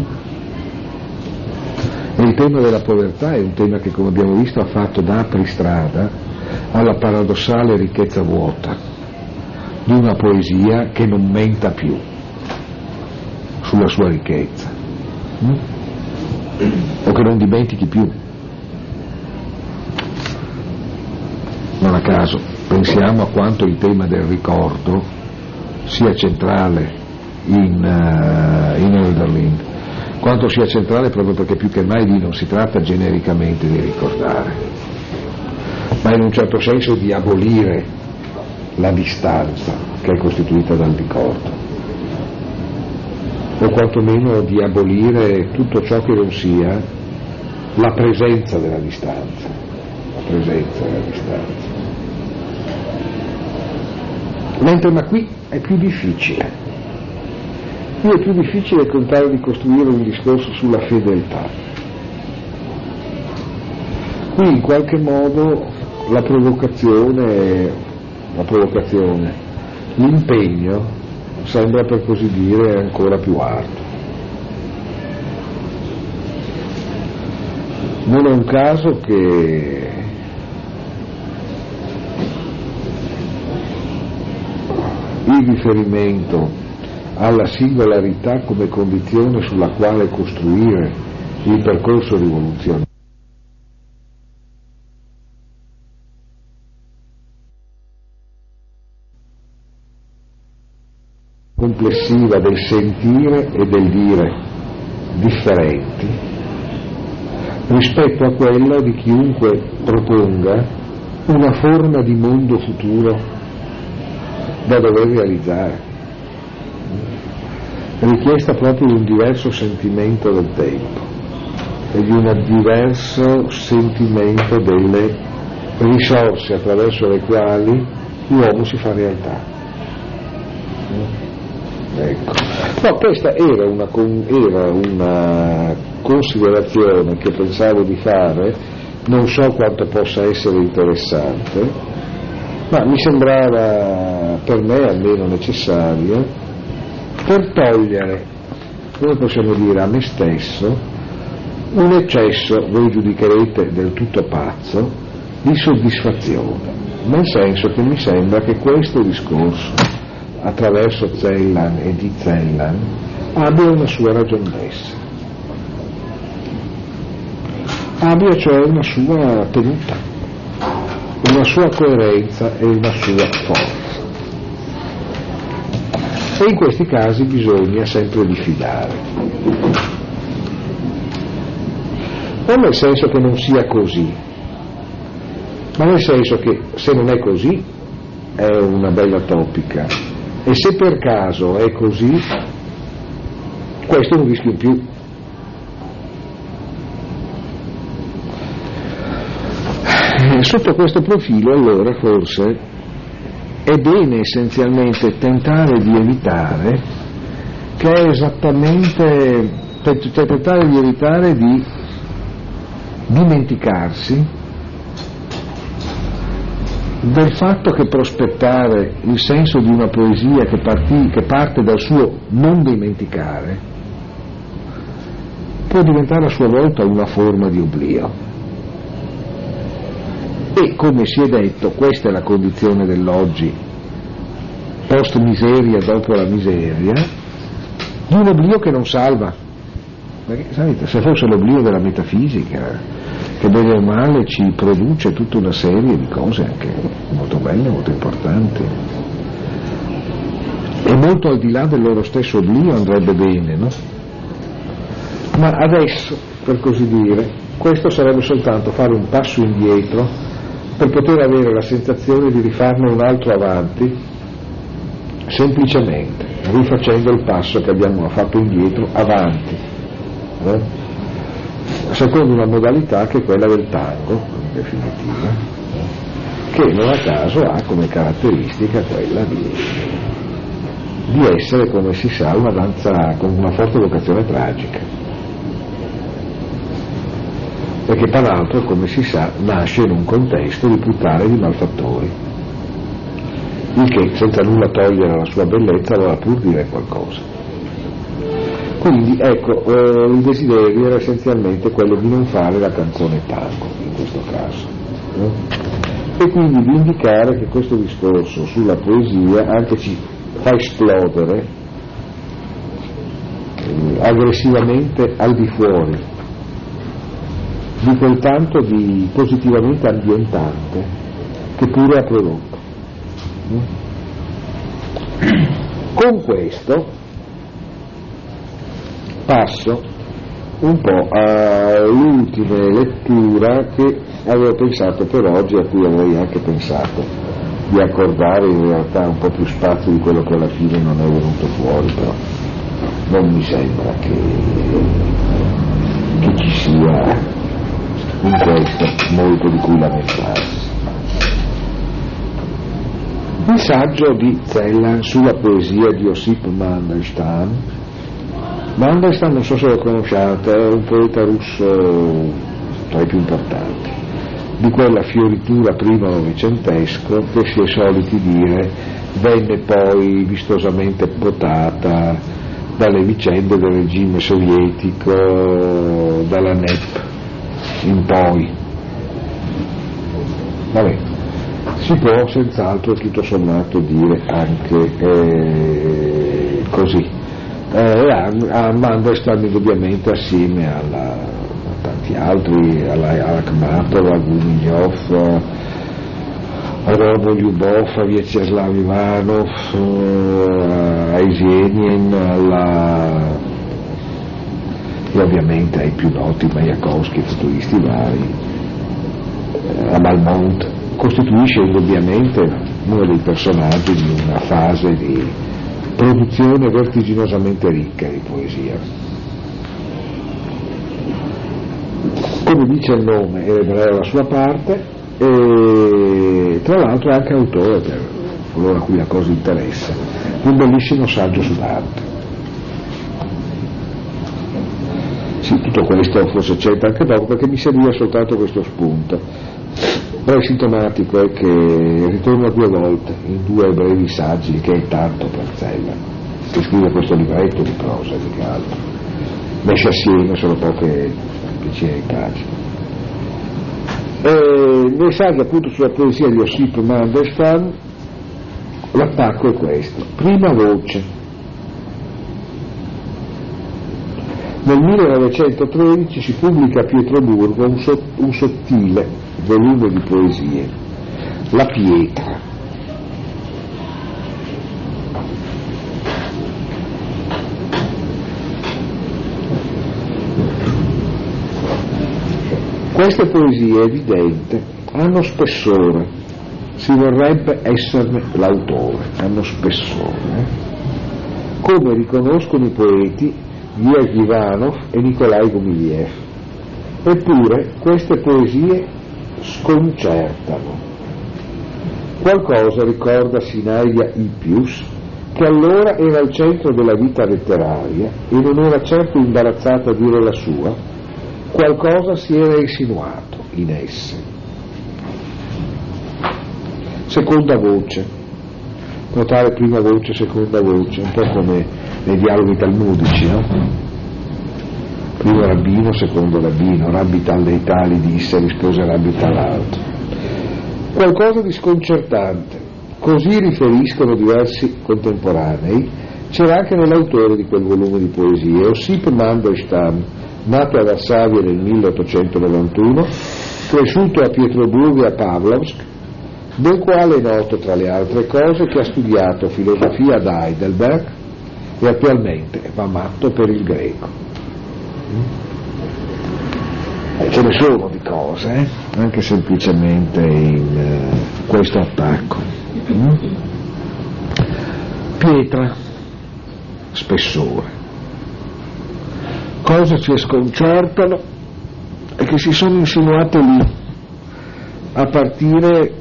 E il tema della povertà è un tema che, come abbiamo visto, ha fatto da apristrada alla paradossale ricchezza vuota di una poesia che non menta più sulla sua ricchezza, mm? o che non dimentichi più. Non a caso pensiamo a quanto il tema del ricordo sia centrale in, uh, in Hölderlin, quanto sia centrale proprio perché più che mai lì non si tratta genericamente di ricordare, ma in un certo senso di abolire la distanza che è costituita dal ricordo, o quantomeno di abolire tutto ciò che non sia la presenza della distanza, la presenza della distanza. Mentre ma qui è più difficile. Qui è più difficile tentare di costruire un discorso sulla fedeltà, Qui in qualche modo la provocazione, la provocazione, l'impegno sembra, per così dire, ancora più arduo. Non è un caso che il riferimento alla singolarità come condizione sulla quale costruire il percorso rivoluzionario complessiva del sentire e del dire differenti rispetto a quella di chiunque proponga una forma di mondo futuro da dover realizzare, richiesta proprio di un diverso sentimento del tempo e di un diverso sentimento delle risorse attraverso le quali l'uomo si fa realtà. Ecco. No, questa era una, era una considerazione che pensavo di fare, non so quanto possa essere interessante, ma mi sembrava per me almeno necessaria per togliere, come possiamo dire, a me stesso un eccesso, voi giudicherete del tutto pazzo, di soddisfazione, nel senso che mi sembra che questo discorso attraverso Zellan e di Zellan abbia una sua ragion d'essere, abbia cioè una sua tenuta, una sua coerenza e una sua forza, e in questi casi bisogna sempre diffidare, non nel senso che non sia così, ma nel senso che se non è così è una bella topica, e se per caso è così, questo è un rischio in più. Sotto questo profilo, allora, forse è bene essenzialmente tentare di evitare che è esattamente tentare di evitare di dimenticarsi del fatto che prospettare il senso di una poesia che, parti, che parte dal suo non dimenticare può diventare a sua volta una forma di oblio, e come si è detto questa è la condizione dell'oggi, post miseria dopo la miseria, di un oblio che non salva, perché sapete, se fosse l'oblio della metafisica che bene o male ci produce tutta una serie di cose anche molto belle, molto importanti, e molto al di là del loro stesso oblio andrebbe bene, no? Ma adesso, per così dire, questo sarebbe soltanto fare un passo indietro per poter avere la sensazione di rifarne un altro avanti, semplicemente rifacendo il passo che abbiamo fatto indietro avanti, eh? secondo una modalità che è quella del tango, in definitiva, che non a caso ha come caratteristica quella di, di essere, come si sa, una danza con una forte vocazione tragica, perché peraltro, come si sa, nasce in un contesto di puttane e di malfattori, il che, senza nulla togliere alla sua bellezza, voleva pur dire qualcosa. Quindi ecco, eh, il desiderio era essenzialmente quello di non fare la canzone tango in questo caso, no? E quindi di indicare che questo discorso sulla poesia anche ci fa esplodere eh, aggressivamente al di fuori di quel tanto di positivamente ambientante che pure ha prodotto. Con questo passo un po' all'ultima lettura che avevo pensato per oggi, a cui avrei anche pensato di accordare in realtà un po' più spazio di quello che alla fine non è venuto fuori, però non mi sembra che, che ci sia in questo molto di cui lamentarsi. Il saggio di Zellan sulla poesia di Osip Mandelstam. Mandelstam, non so se lo conosciate, è un poeta russo tra i più importanti, di quella fioritura prima novecentesco che si è soliti dire venne poi vistosamente potata dalle vicende del regime sovietico, dalla N E P in poi. Vabbè, si può senz'altro tutto sommato dire anche eh, così. Eh, a Mandelstam indubbiamente assieme alla, a tanti altri, alla Akhmatov, a Gumilyov, a Robo Lyubov, a Vyacheslav Ivanov, a Yesenin, alla, e ovviamente ai più noti Mayakovsky, futuristi vari, a Malmont, costituisce indubbiamente uno dei personaggi di una fase di produzione vertiginosamente ricca di poesia. Come dice il nome, è ebreo la sua parte, e tra l'altro è anche autore, per coloro a cui la cosa interessa, di un bellissimo saggio su Dante. Sì, tutto questo forse c'entra anche dopo, perché mi serviva soltanto questo spunto. Però il sintomatico è che ritorna due volte in due brevi saggi, che è tanto per Zeller, che scrive questo libretto di prosa di che altro. Messi assieme sono poche decine di pagine. E nei saggi appunto sulla poesia di Osip Mandelstam l'attacco è questo. Prima voce. Nel millenovecentotredici si pubblica a Pietroburgo un, so, un sottile volume di poesie, La pietra. Queste poesie, è evidente, hanno spessore, si vorrebbe esserne l'autore, hanno spessore, come riconoscono i poeti Vyacheslav Ivanov e Nikolai Gumilyov. Eppure queste poesie sconcertano. Qualcosa ricorda Sinaia Hippius, che allora era al centro della vita letteraria e non era certo imbarazzata a dire la sua, qualcosa si era insinuato in esse. Seconda voce, notare prima voce, seconda voce, un po' come nei dialoghi talmudici, no? Primo rabbino, secondo rabbino, Rabbi tal dei tali disse, rispose Rabbi tal'altro. Qualcosa di sconcertante, così riferiscono diversi contemporanei. C'era anche nell'autore di quel volume di poesie, Osip Mandelstam, nato a Varsavia nel milleottocentonovantuno, cresciuto a Pietroburgo e a Pavlovsk, del quale è noto tra le altre cose che ha studiato filosofia ad Heidelberg e attualmente va matto per il greco. Eh, ce ne sono di cose, eh? Anche semplicemente in eh, questo attacco. Mm? Pietra, spessore. Cose ci sconcertano e che si sono insinuate lì, a partire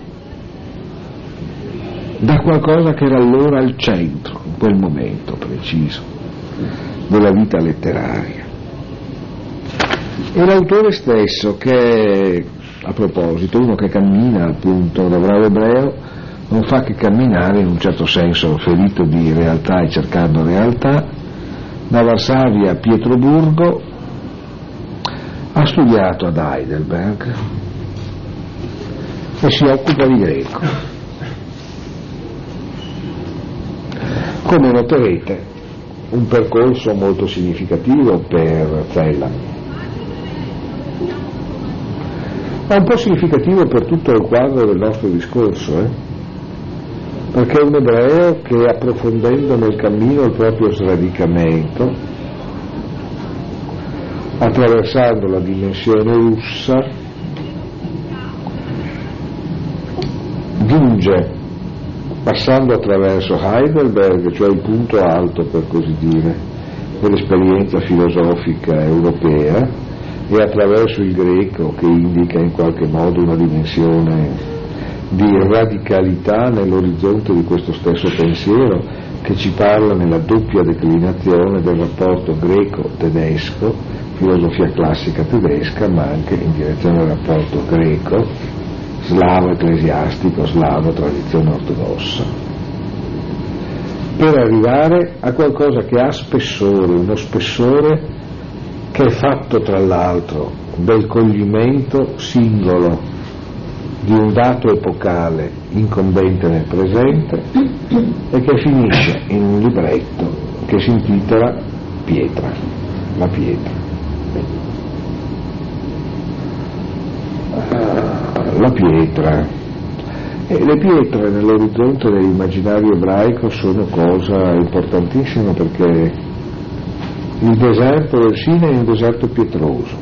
da qualcosa che era allora al centro, in quel momento preciso, della vita letteraria. E l'autore stesso, che a proposito, uno che cammina appunto da bravo ebreo, non fa che camminare in un certo senso ferito di realtà e cercando realtà, da Varsavia a Pietroburgo, ha studiato ad Heidelberg e si occupa di greco. Come noterete, un percorso molto significativo per Zeller, ma un po' significativo per tutto il quadro del nostro discorso, eh? Perché è un ebreo che, approfondendo nel cammino il proprio sradicamento, attraversando la dimensione russa, giunge, passando attraverso Heidelberg, cioè il punto alto, per così dire, dell'esperienza filosofica europea, e attraverso il greco, che indica in qualche modo una dimensione di radicalità nell'orizzonte di questo stesso pensiero, che ci parla nella doppia declinazione del rapporto greco-tedesco filosofia classica tedesca, ma anche in direzione del rapporto greco, slavo ecclesiastico, slavo tradizione ortodossa, per arrivare a qualcosa che ha spessore, uno spessore che è fatto tra l'altro del coglimento singolo di un dato epocale incombente nel presente e che finisce in un libretto che si intitola Pietra, la pietra. La pietra. E le pietre nell'orizzonte dell'immaginario ebraico sono cosa importantissima, perché il deserto del Sinai è un deserto pietroso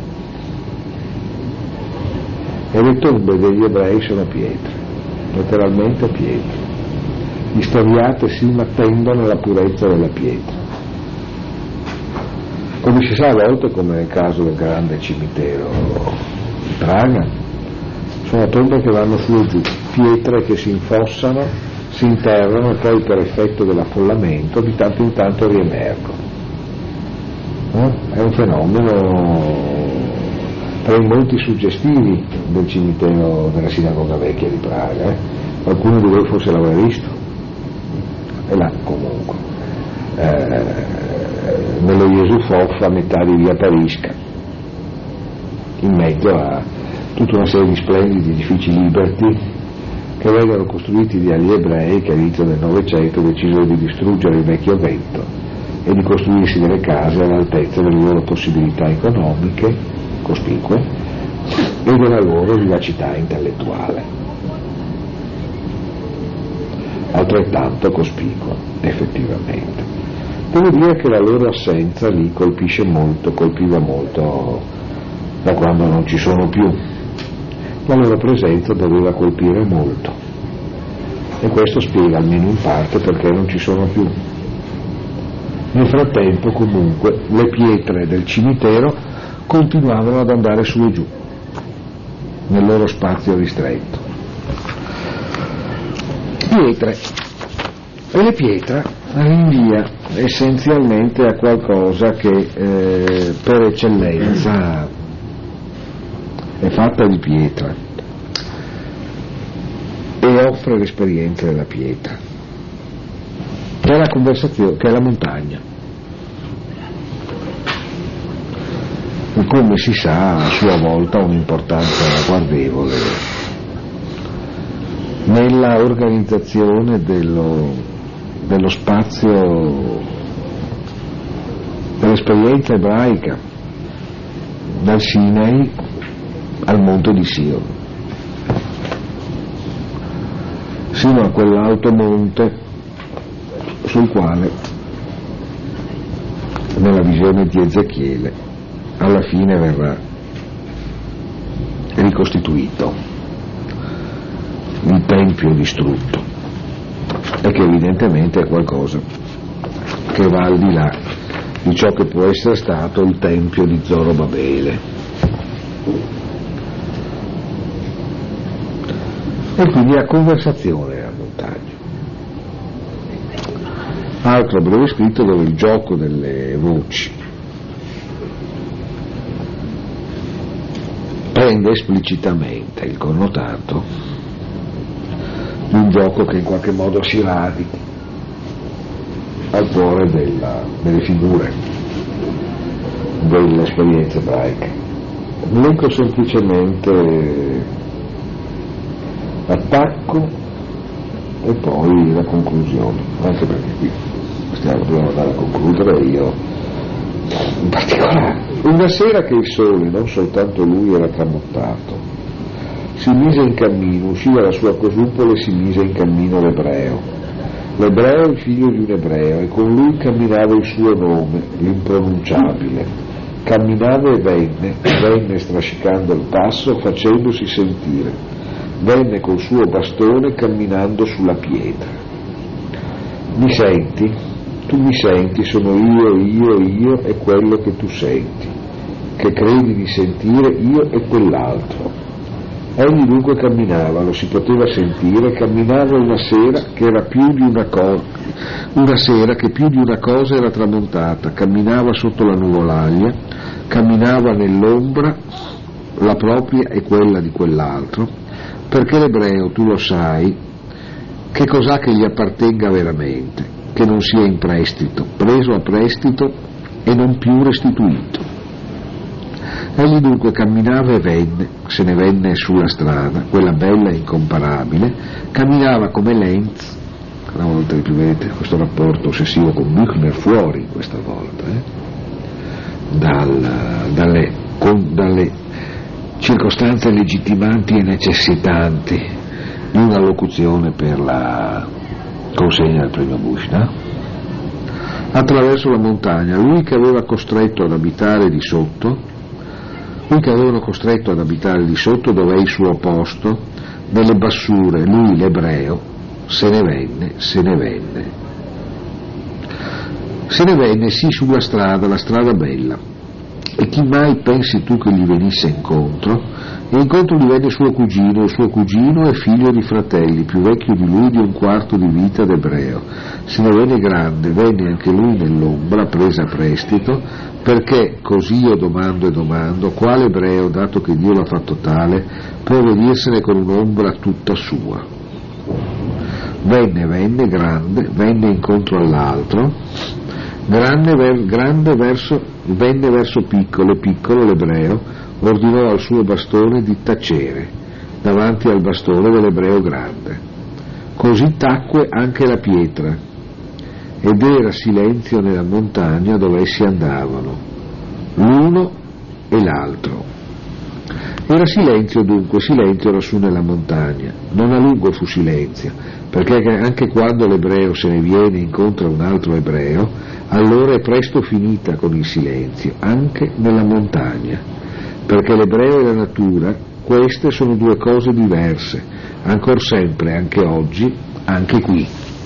e le tombe degli ebrei sono pietre, letteralmente pietre, istoriate sì ma tendono alla purezza della pietra. Come si sa, a volte, come nel caso del grande cimitero di Praga, sono tombe che vanno su e giù, pietre che si infossano, si interrano e poi per effetto dell'affollamento di tanto in tanto riemergono. Eh? È un fenomeno tra i molti suggestivi del cimitero della sinagoga vecchia di Praga. Eh? Qualcuno di voi forse l'avrà visto? È là comunque, eh, nello Jesúshof a metà di via Parisca, in mezzo a tutta una serie di splendidi edifici liberty che vengono costruiti dagli ebrei che all'inizio del Novecento decisero di distruggere il vecchio ghetto e di costruirsi delle case all'altezza delle loro possibilità economiche cospicue e della loro vivacità intellettuale, altrettanto cospicua effettivamente. Devo dire che la loro assenza lì colpisce molto, colpiva molto da quando non ci sono più. La loro presenza doveva colpire molto e questo spiega almeno in parte perché non ci sono più. Nel frattempo comunque le pietre del cimitero continuavano ad andare su e giù nel loro spazio ristretto. Pietre, e le pietre rinvia essenzialmente a qualcosa che eh, per eccellenza è fatta di pietra e offre l'esperienza della pietra, che è la conversazione, che è la montagna, e come si sa a sua volta ha un'importanza guardevole nella organizzazione dello, dello spazio dell'esperienza ebraica dal Sinai al monte di Sion, sino a quell'alto monte sul quale nella visione di Ezechiele alla fine verrà ricostituito il tempio distrutto e che evidentemente è qualcosa che va al di là di ciò che può essere stato il tempio di Zorobabele. E quindi la conversazione nella montagna. Altro breve scritto dove il gioco delle voci prende esplicitamente il connotato di un gioco che in qualche modo si radica al cuore della, delle figure dell'esperienza ebraica. Leggo semplicemente l'attacco e poi la conclusione, anche perché qui stiamo, dobbiamo andare a concludere. Io in particolare, una sera che il sole, non soltanto lui, era tramontato, si mise in cammino, uscì dalla sua cosupole e si mise in cammino l'ebreo. L'ebreo è il figlio di un ebreo e con lui camminava il suo nome, l'impronunciabile. Camminava e venne, venne strascicando il passo, facendosi sentire. Venne col suo bastone camminando sulla pietra. Mi senti? Tu mi senti, sono io, io, io e quello che tu senti, che credi di sentire io e quell'altro. Egli dunque camminava, lo si poteva sentire, camminava una sera che era più di una cosa, una sera che più di una cosa era tramontata, camminava sotto la nuvolaglia, camminava nell'ombra, la propria e quella di quell'altro, perché l'ebreo, tu lo sai, che cos'ha che gli appartenga veramente, che non sia in prestito, preso a prestito e non più restituito. Egli dunque camminava e venne, se ne venne sulla strada, quella bella e incomparabile, camminava come Lenz, una volta di più vedete questo rapporto ossessivo con Büchner fuori questa volta, eh? Dal, dalle, con, dalle circostanze legittimanti e necessitanti di una locuzione per la consegna del premio Bush, no? Attraverso la montagna, lui che aveva costretto ad abitare di sotto, lui che avevano costretto ad abitare di sotto dove è il suo posto, nelle bassure, lui l'ebreo, se ne venne, se ne venne. Se ne venne sì sulla strada, la strada bella. E chi mai pensi tu che gli venisse incontro? E incontro gli venne suo cugino, il suo cugino è figlio di fratelli, più vecchio di lui di un quarto di vita d'ebreo. Se ne venne grande, venne anche lui nell'ombra, presa a prestito, perché così io domando e domando, quale ebreo, dato che Dio l'ha fatto tale, può venirsene con un'ombra tutta sua? Venne, venne, grande, venne incontro all'altro, grande, ver, grande verso, venne verso piccolo, e piccolo l'ebreo ordinò al suo bastone di tacere davanti al bastone dell'ebreo grande. Così tacque anche la pietra, ed era silenzio nella montagna dove essi andavano, l'uno e l'altro. Era silenzio dunque, silenzio lassù nella montagna. Non a lungo fu silenzio, perché anche quando l'ebreo se ne viene incontra un altro ebreo, allora è presto finita con il silenzio, anche nella montagna. Perché l'ebreo e la natura, queste sono due cose diverse, ancor sempre, anche oggi, anche qui.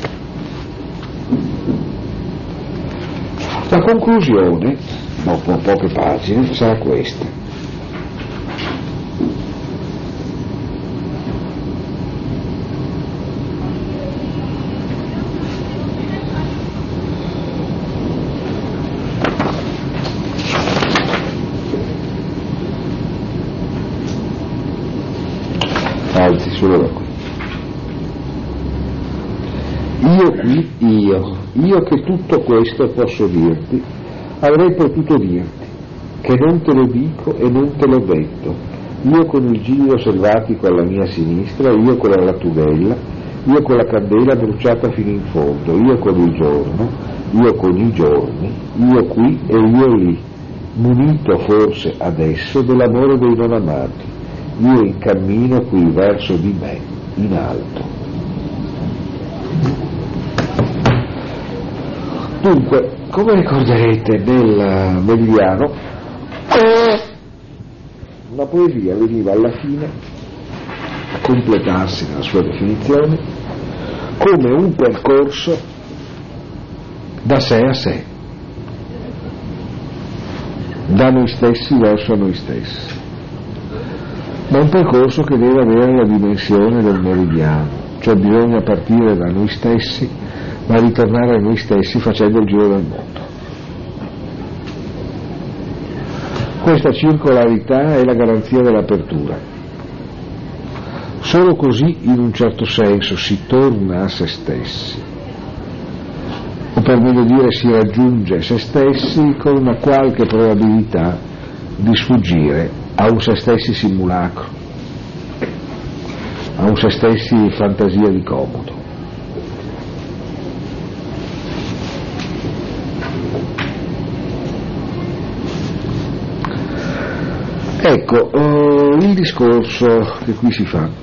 La conclusione, dopo poche pagine, sarà questa. Anzi, solo da qui. Io qui, io, io che tutto questo posso dirti, avrei potuto dirti, che non te lo dico e non te l'ho detto, io con il giglio selvatico alla mia sinistra, io con la lattugella, io con la candela bruciata fino in fondo, io con il giorno, io con i giorni, io qui e io lì, munito forse adesso dell'amore dei non amati, io in cammino qui verso di me, in alto. Dunque, come ricorderete nel Meridiano, la poesia veniva alla fine a completarsi nella sua definizione come un percorso da sé a sé, da noi stessi verso noi stessi, ma un percorso che deve avere la dimensione del meridiano, cioè bisogna partire da noi stessi ma ritornare a noi stessi facendo il giro del mondo. Questa circolarità è la garanzia dell'apertura. Solo così, in un certo senso, si torna a se stessi, o per meglio dire si raggiunge se stessi con una qualche probabilità di sfuggire a un se stessi simulacro, a un se stessi fantasia di comodo. Ecco, uh, il discorso che qui si fa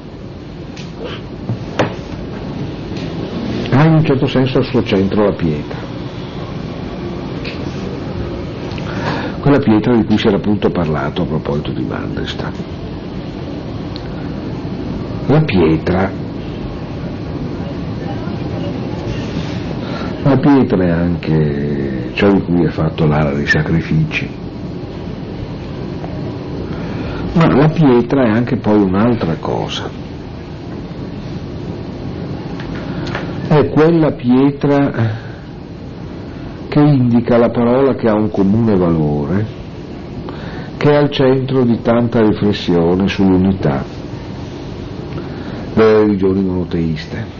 ha in un certo senso al suo centro la pietra, quella pietra di cui si era appunto parlato a proposito di Mandelstam. La pietra, la pietra è anche ciò di cui è fatto l'ara dei sacrifici. Ma la pietra è anche poi un'altra cosa. È quella pietra che indica la parola che ha un comune valore, che è al centro di tanta riflessione sull'unità delle religioni monoteiste.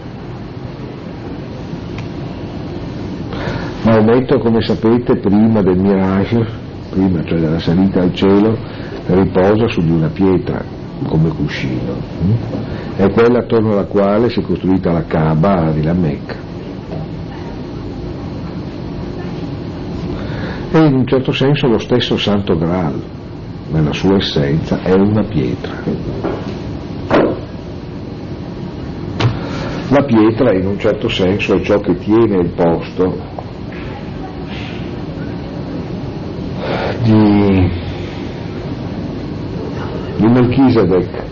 Maometto, come sapete, prima del Mirage, prima cioè della salita al cielo, riposa su di una pietra come cuscino. È quella attorno alla quale si è costruita la Kaaba di la Mecca. E in un certo senso lo stesso Santo Graal, nella sua essenza, è una pietra. La pietra, in un certo senso, è ciò che tiene il posto di, di Melchisedec,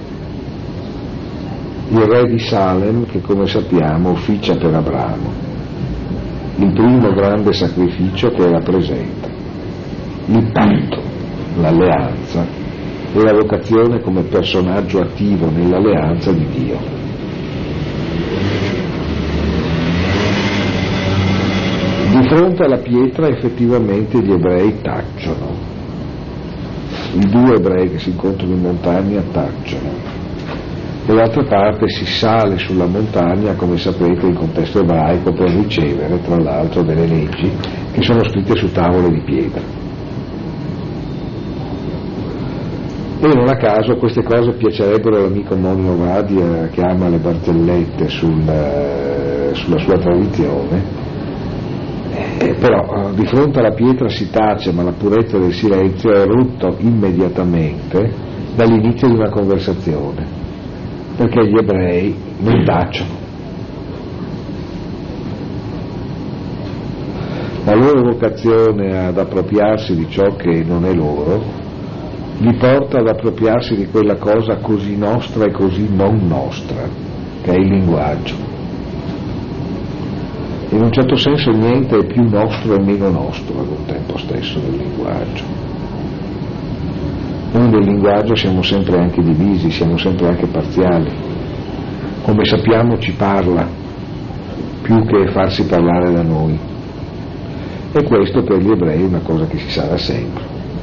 il re di Salem, che come sappiamo officia per Abramo, il primo grande sacrificio che rappresenta il patto, l'alleanza e la vocazione come personaggio attivo nell'alleanza di Dio. Di fronte alla pietra effettivamente gli ebrei tacciono, i due ebrei che si incontrano in montagna tacciono, dall'altra parte si sale sulla montagna, come sapete, in contesto ebraico, per ricevere tra l'altro delle leggi che sono scritte su tavole di pietra. E non a caso queste cose piacerebbero all'amico Monio Vadia, che ama le barzellette sul, sulla sua tradizione. Eh, però di fronte alla pietra si tace, ma la purezza del silenzio è rutto immediatamente dall'inizio di una conversazione, perché gli ebrei non tacciono. La loro vocazione ad appropriarsi di ciò che non è loro li porta ad appropriarsi di quella cosa così nostra e così non nostra, che è il linguaggio. In un certo senso niente è più nostro e meno nostro ad un tempo stesso del linguaggio. Noi del linguaggio siamo sempre anche divisi, siamo sempre anche parziali. Come sappiamo ci parla più che farsi parlare da noi. E questo per gli ebrei è una cosa che si sa da sempre.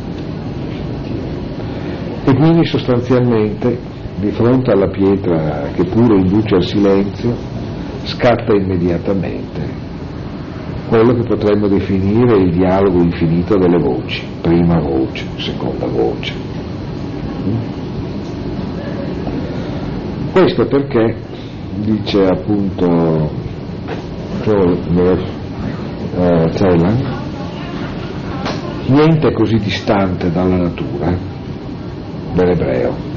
E quindi sostanzialmente di fronte alla pietra che pure induce al silenzio scatta immediatamente quello che potremmo definire il dialogo infinito delle voci, prima voce, seconda voce. Questo perché, dice appunto Joel eh, Celan, niente è così distante dalla natura dell'ebreo.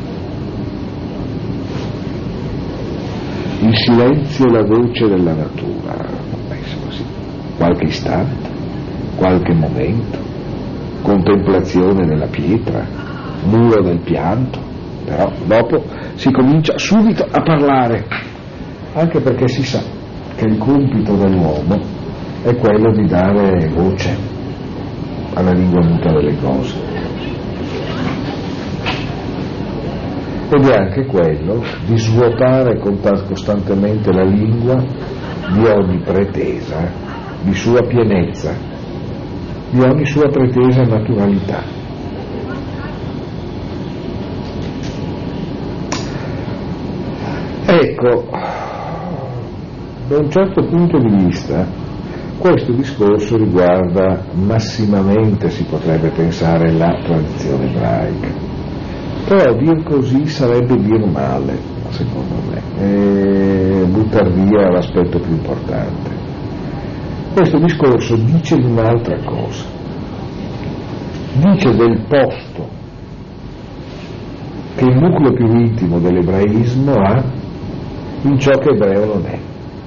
Il silenzio è la voce della natura, penso così, qualche istante, qualche momento, contemplazione della pietra, muro del pianto, però dopo si comincia subito a parlare, anche perché si sa che il compito dell'uomo è quello di dare voce alla lingua muta delle cose. Ed è anche quello di svuotare costantemente la lingua di ogni pretesa, di sua pienezza, di ogni sua pretesa naturalità. Ecco, da un certo punto di vista questo discorso riguarda massimamente, si potrebbe pensare, la tradizione ebraica. Però dir così sarebbe dir male, secondo me, e buttar via l'aspetto più importante. Questo discorso dice di un'altra cosa, dice del posto che il nucleo più intimo dell'ebraismo ha in ciò che ebreo non è.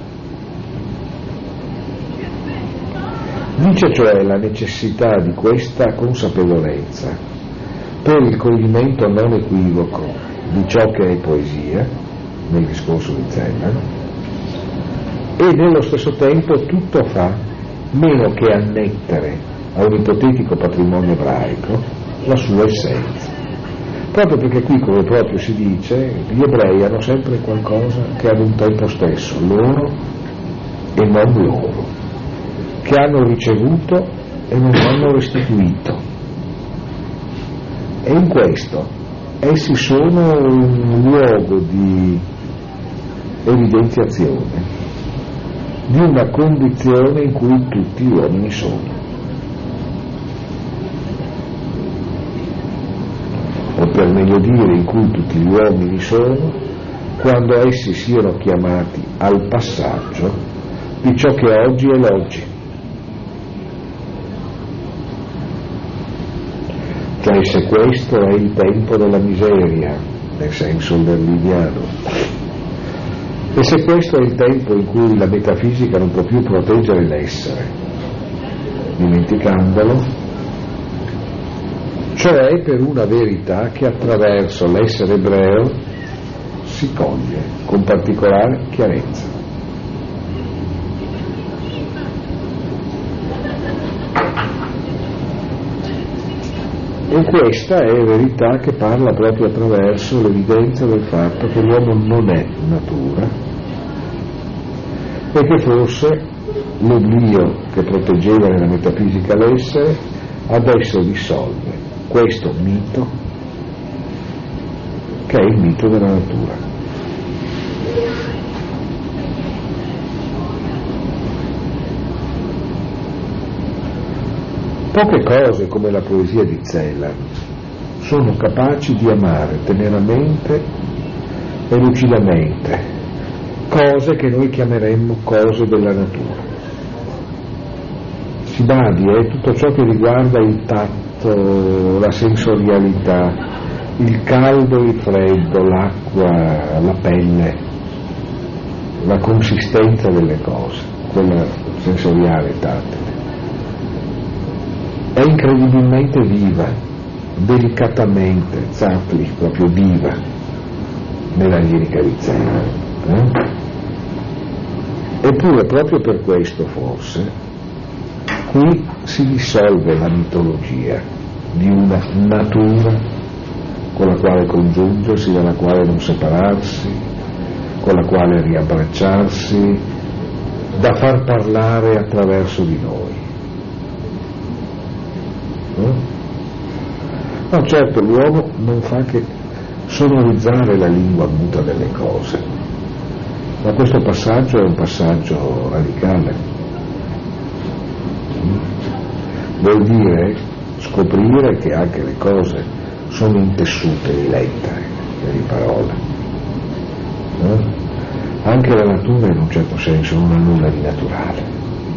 Dice cioè la necessità di questa consapevolezza per il coglimento non equivoco di ciò che è poesia, nel discorso di Zeller, e nello stesso tempo tutto fa meno che annettere a un ipotetico patrimonio ebraico la sua essenza. Proprio perché qui, come proprio si dice, gli ebrei hanno sempre qualcosa che ad un tempo stesso loro e non loro, che hanno ricevuto e non hanno restituito, e in questo essi sono un luogo di evidenziazione di una condizione in cui tutti gli uomini sono, o per meglio dire in cui tutti gli uomini sono quando essi siano chiamati al passaggio di ciò che oggi è l'oggi. Cioè, se questo è il tempo della miseria, nel senso verliniano, e se questo è il tempo in cui la metafisica non può più proteggere l'essere, dimenticandolo, cioè per una verità che attraverso l'essere ebreo si coglie con particolare chiarezza. E questa è verità che parla proprio attraverso l'evidenza del fatto che l'uomo non è natura e che forse l'oblio che proteggeva nella metafisica l'essere adesso dissolve questo mito che è il mito della natura. Poche cose come la poesia di Celan sono capaci di amare teneramente e lucidamente cose che noi chiameremmo cose della natura. Si badi, è tutto ciò che riguarda il tatto, la sensorialità, il caldo e il freddo, l'acqua, la pelle, la consistenza delle cose, quella sensoriale e tattile. È incredibilmente viva, delicatamente, Zapli, proprio viva, nella lirica di Celan. Eh? Eppure, proprio per questo, forse, qui si dissolve la mitologia di una natura con la quale congiungersi, dalla quale non separarsi, con la quale riabbracciarsi, da far parlare attraverso di noi. No, certo, l'uomo non fa che sonorizzare la lingua muta delle cose, ma questo passaggio è un passaggio radicale. Vuol dire scoprire che anche le cose sono intessute di lettere e di parole. No? Anche la natura in un certo senso non ha nulla di naturale.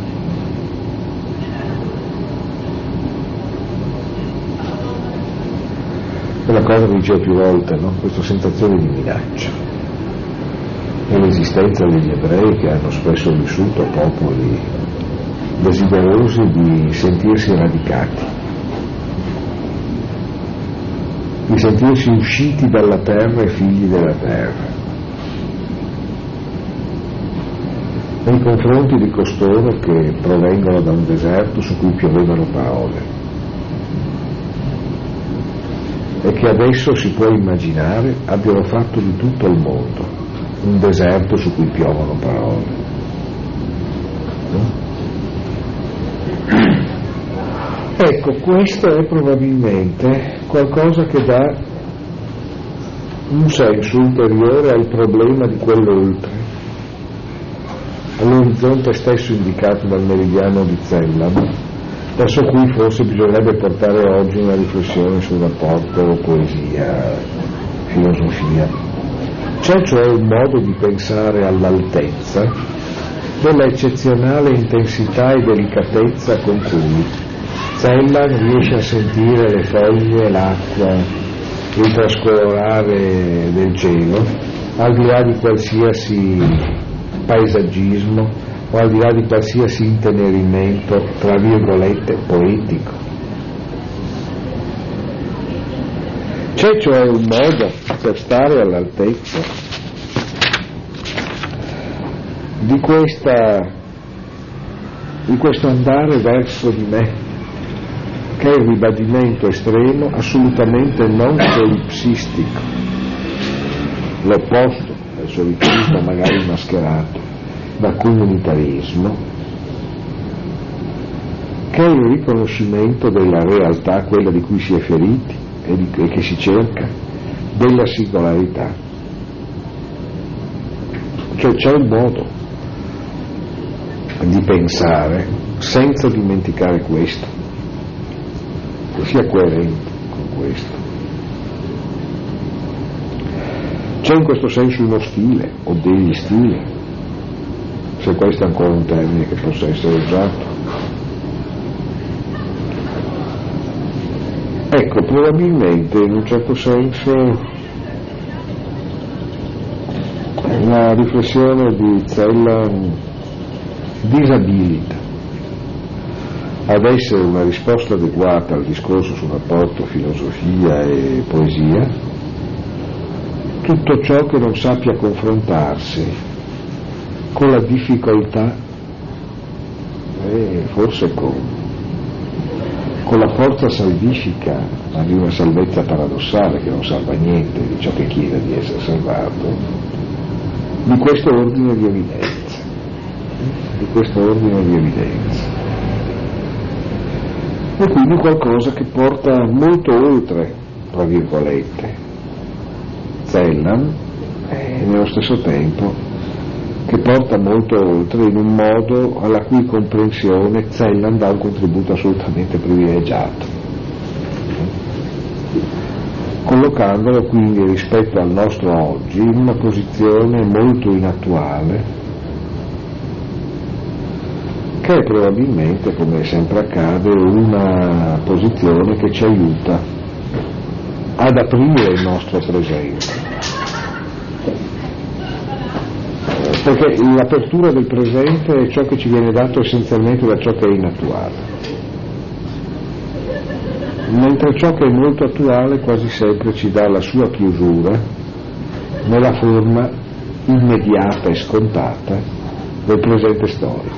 Quella cosa che dicevo più volte, no? Questa sensazione di minaccia e l'esistenza degli ebrei che hanno spesso vissuto popoli desiderosi di sentirsi radicati, di sentirsi usciti dalla terra e figli della terra, nei confronti di costoro che provengono da un deserto su cui piovevano parole e che adesso si può immaginare abbiano fatto di tutto il mondo un deserto su cui piovono parole. No? Ecco, questo è probabilmente qualcosa che dà un senso ulteriore al problema di quell'oltre, all'orizzonte stesso indicato dal meridiano di Celan, verso cui forse bisognerebbe portare oggi una riflessione sul rapporto poesia-filosofia. C'è cioè un modo di pensare all'altezza della eccezionale intensità e delicatezza con cui Celan riesce a sentire le foglie, l'acqua, il trascolorare del cielo, al di là di qualsiasi paesaggismo o al di là di qualsiasi intenerimento, tra virgolette, poetico. C'è cioè un modo per stare all'altezza di questa di questo andare verso di me che è il ribadimento estremo assolutamente non solipsistico, l'opposto del solipsismo magari mascherato da comunitarismo, che è il riconoscimento della realtà, quella di cui si è feriti e, di, e che si cerca, della singolarità. Cioè c'è un modo di pensare senza dimenticare questo, che sia coerente con questo. C'è in questo senso uno stile o degli stili, se questo è ancora un termine che possa essere usato. Ecco, probabilmente in un certo senso la riflessione di Zellan disabilita ad essere una risposta adeguata al discorso sul rapporto filosofia e poesia tutto ciò che non sappia confrontarsi con la difficoltà e forse con, con la forza salvifica, ma di una salvezza paradossale che non salva niente di ciò che chiede di essere salvato, di questo ordine di evidenza, di questo ordine di evidenza. E quindi qualcosa che porta molto oltre, tra virgolette, Zellan, e nello stesso tempo che porta molto oltre in un modo alla cui comprensione Zellan dà un contributo assolutamente privilegiato, collocandolo quindi rispetto al nostro oggi in una posizione molto inattuale, che è probabilmente, come sempre accade, una posizione che ci aiuta ad aprire il nostro presente, perché l'apertura del presente è ciò che ci viene dato essenzialmente da ciò che è inattuale, mentre ciò che è molto attuale quasi sempre ci dà la sua chiusura nella forma immediata e scontata del presente storico,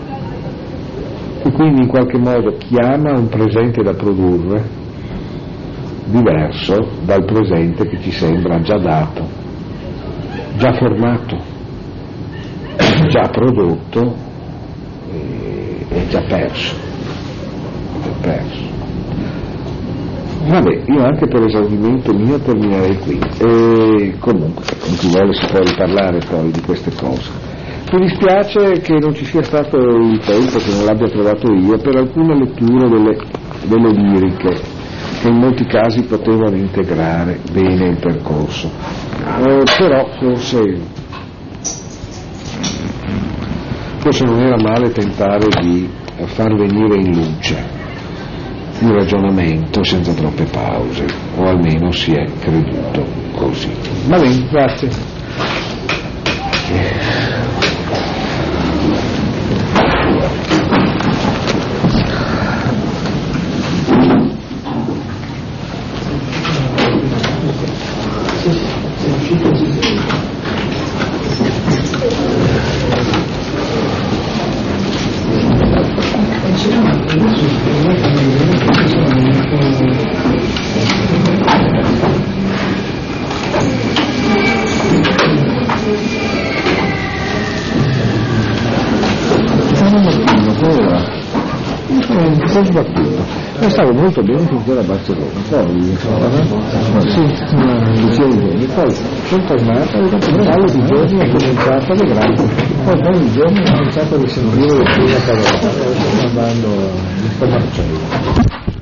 e quindi in qualche modo chiama un presente da produrre diverso dal presente che ci sembra già dato, già formato, già prodotto e, e già perso, già perso. Vabbè, io anche per esaurimento mio terminerei qui, e comunque con chi vuole si può riparlare poi di queste cose. Mi dispiace che non ci sia stato il tempo, che non l'abbia trovato io, per alcune letture delle, delle liriche che in molti casi potevano integrare bene il percorso, eh, però forse, forse non era male tentare di far venire in luce il ragionamento senza troppe pause, o almeno si è creduto così. Va bene, grazie. Io stavo molto bene finché a Barcellona, poi dicevo bene, poi sono tornato e dopo un paio di giorni ho cominciato a vedere, poi ogni giorno ho cominciato a risentire le prime parole, sto andando un po' Marcello.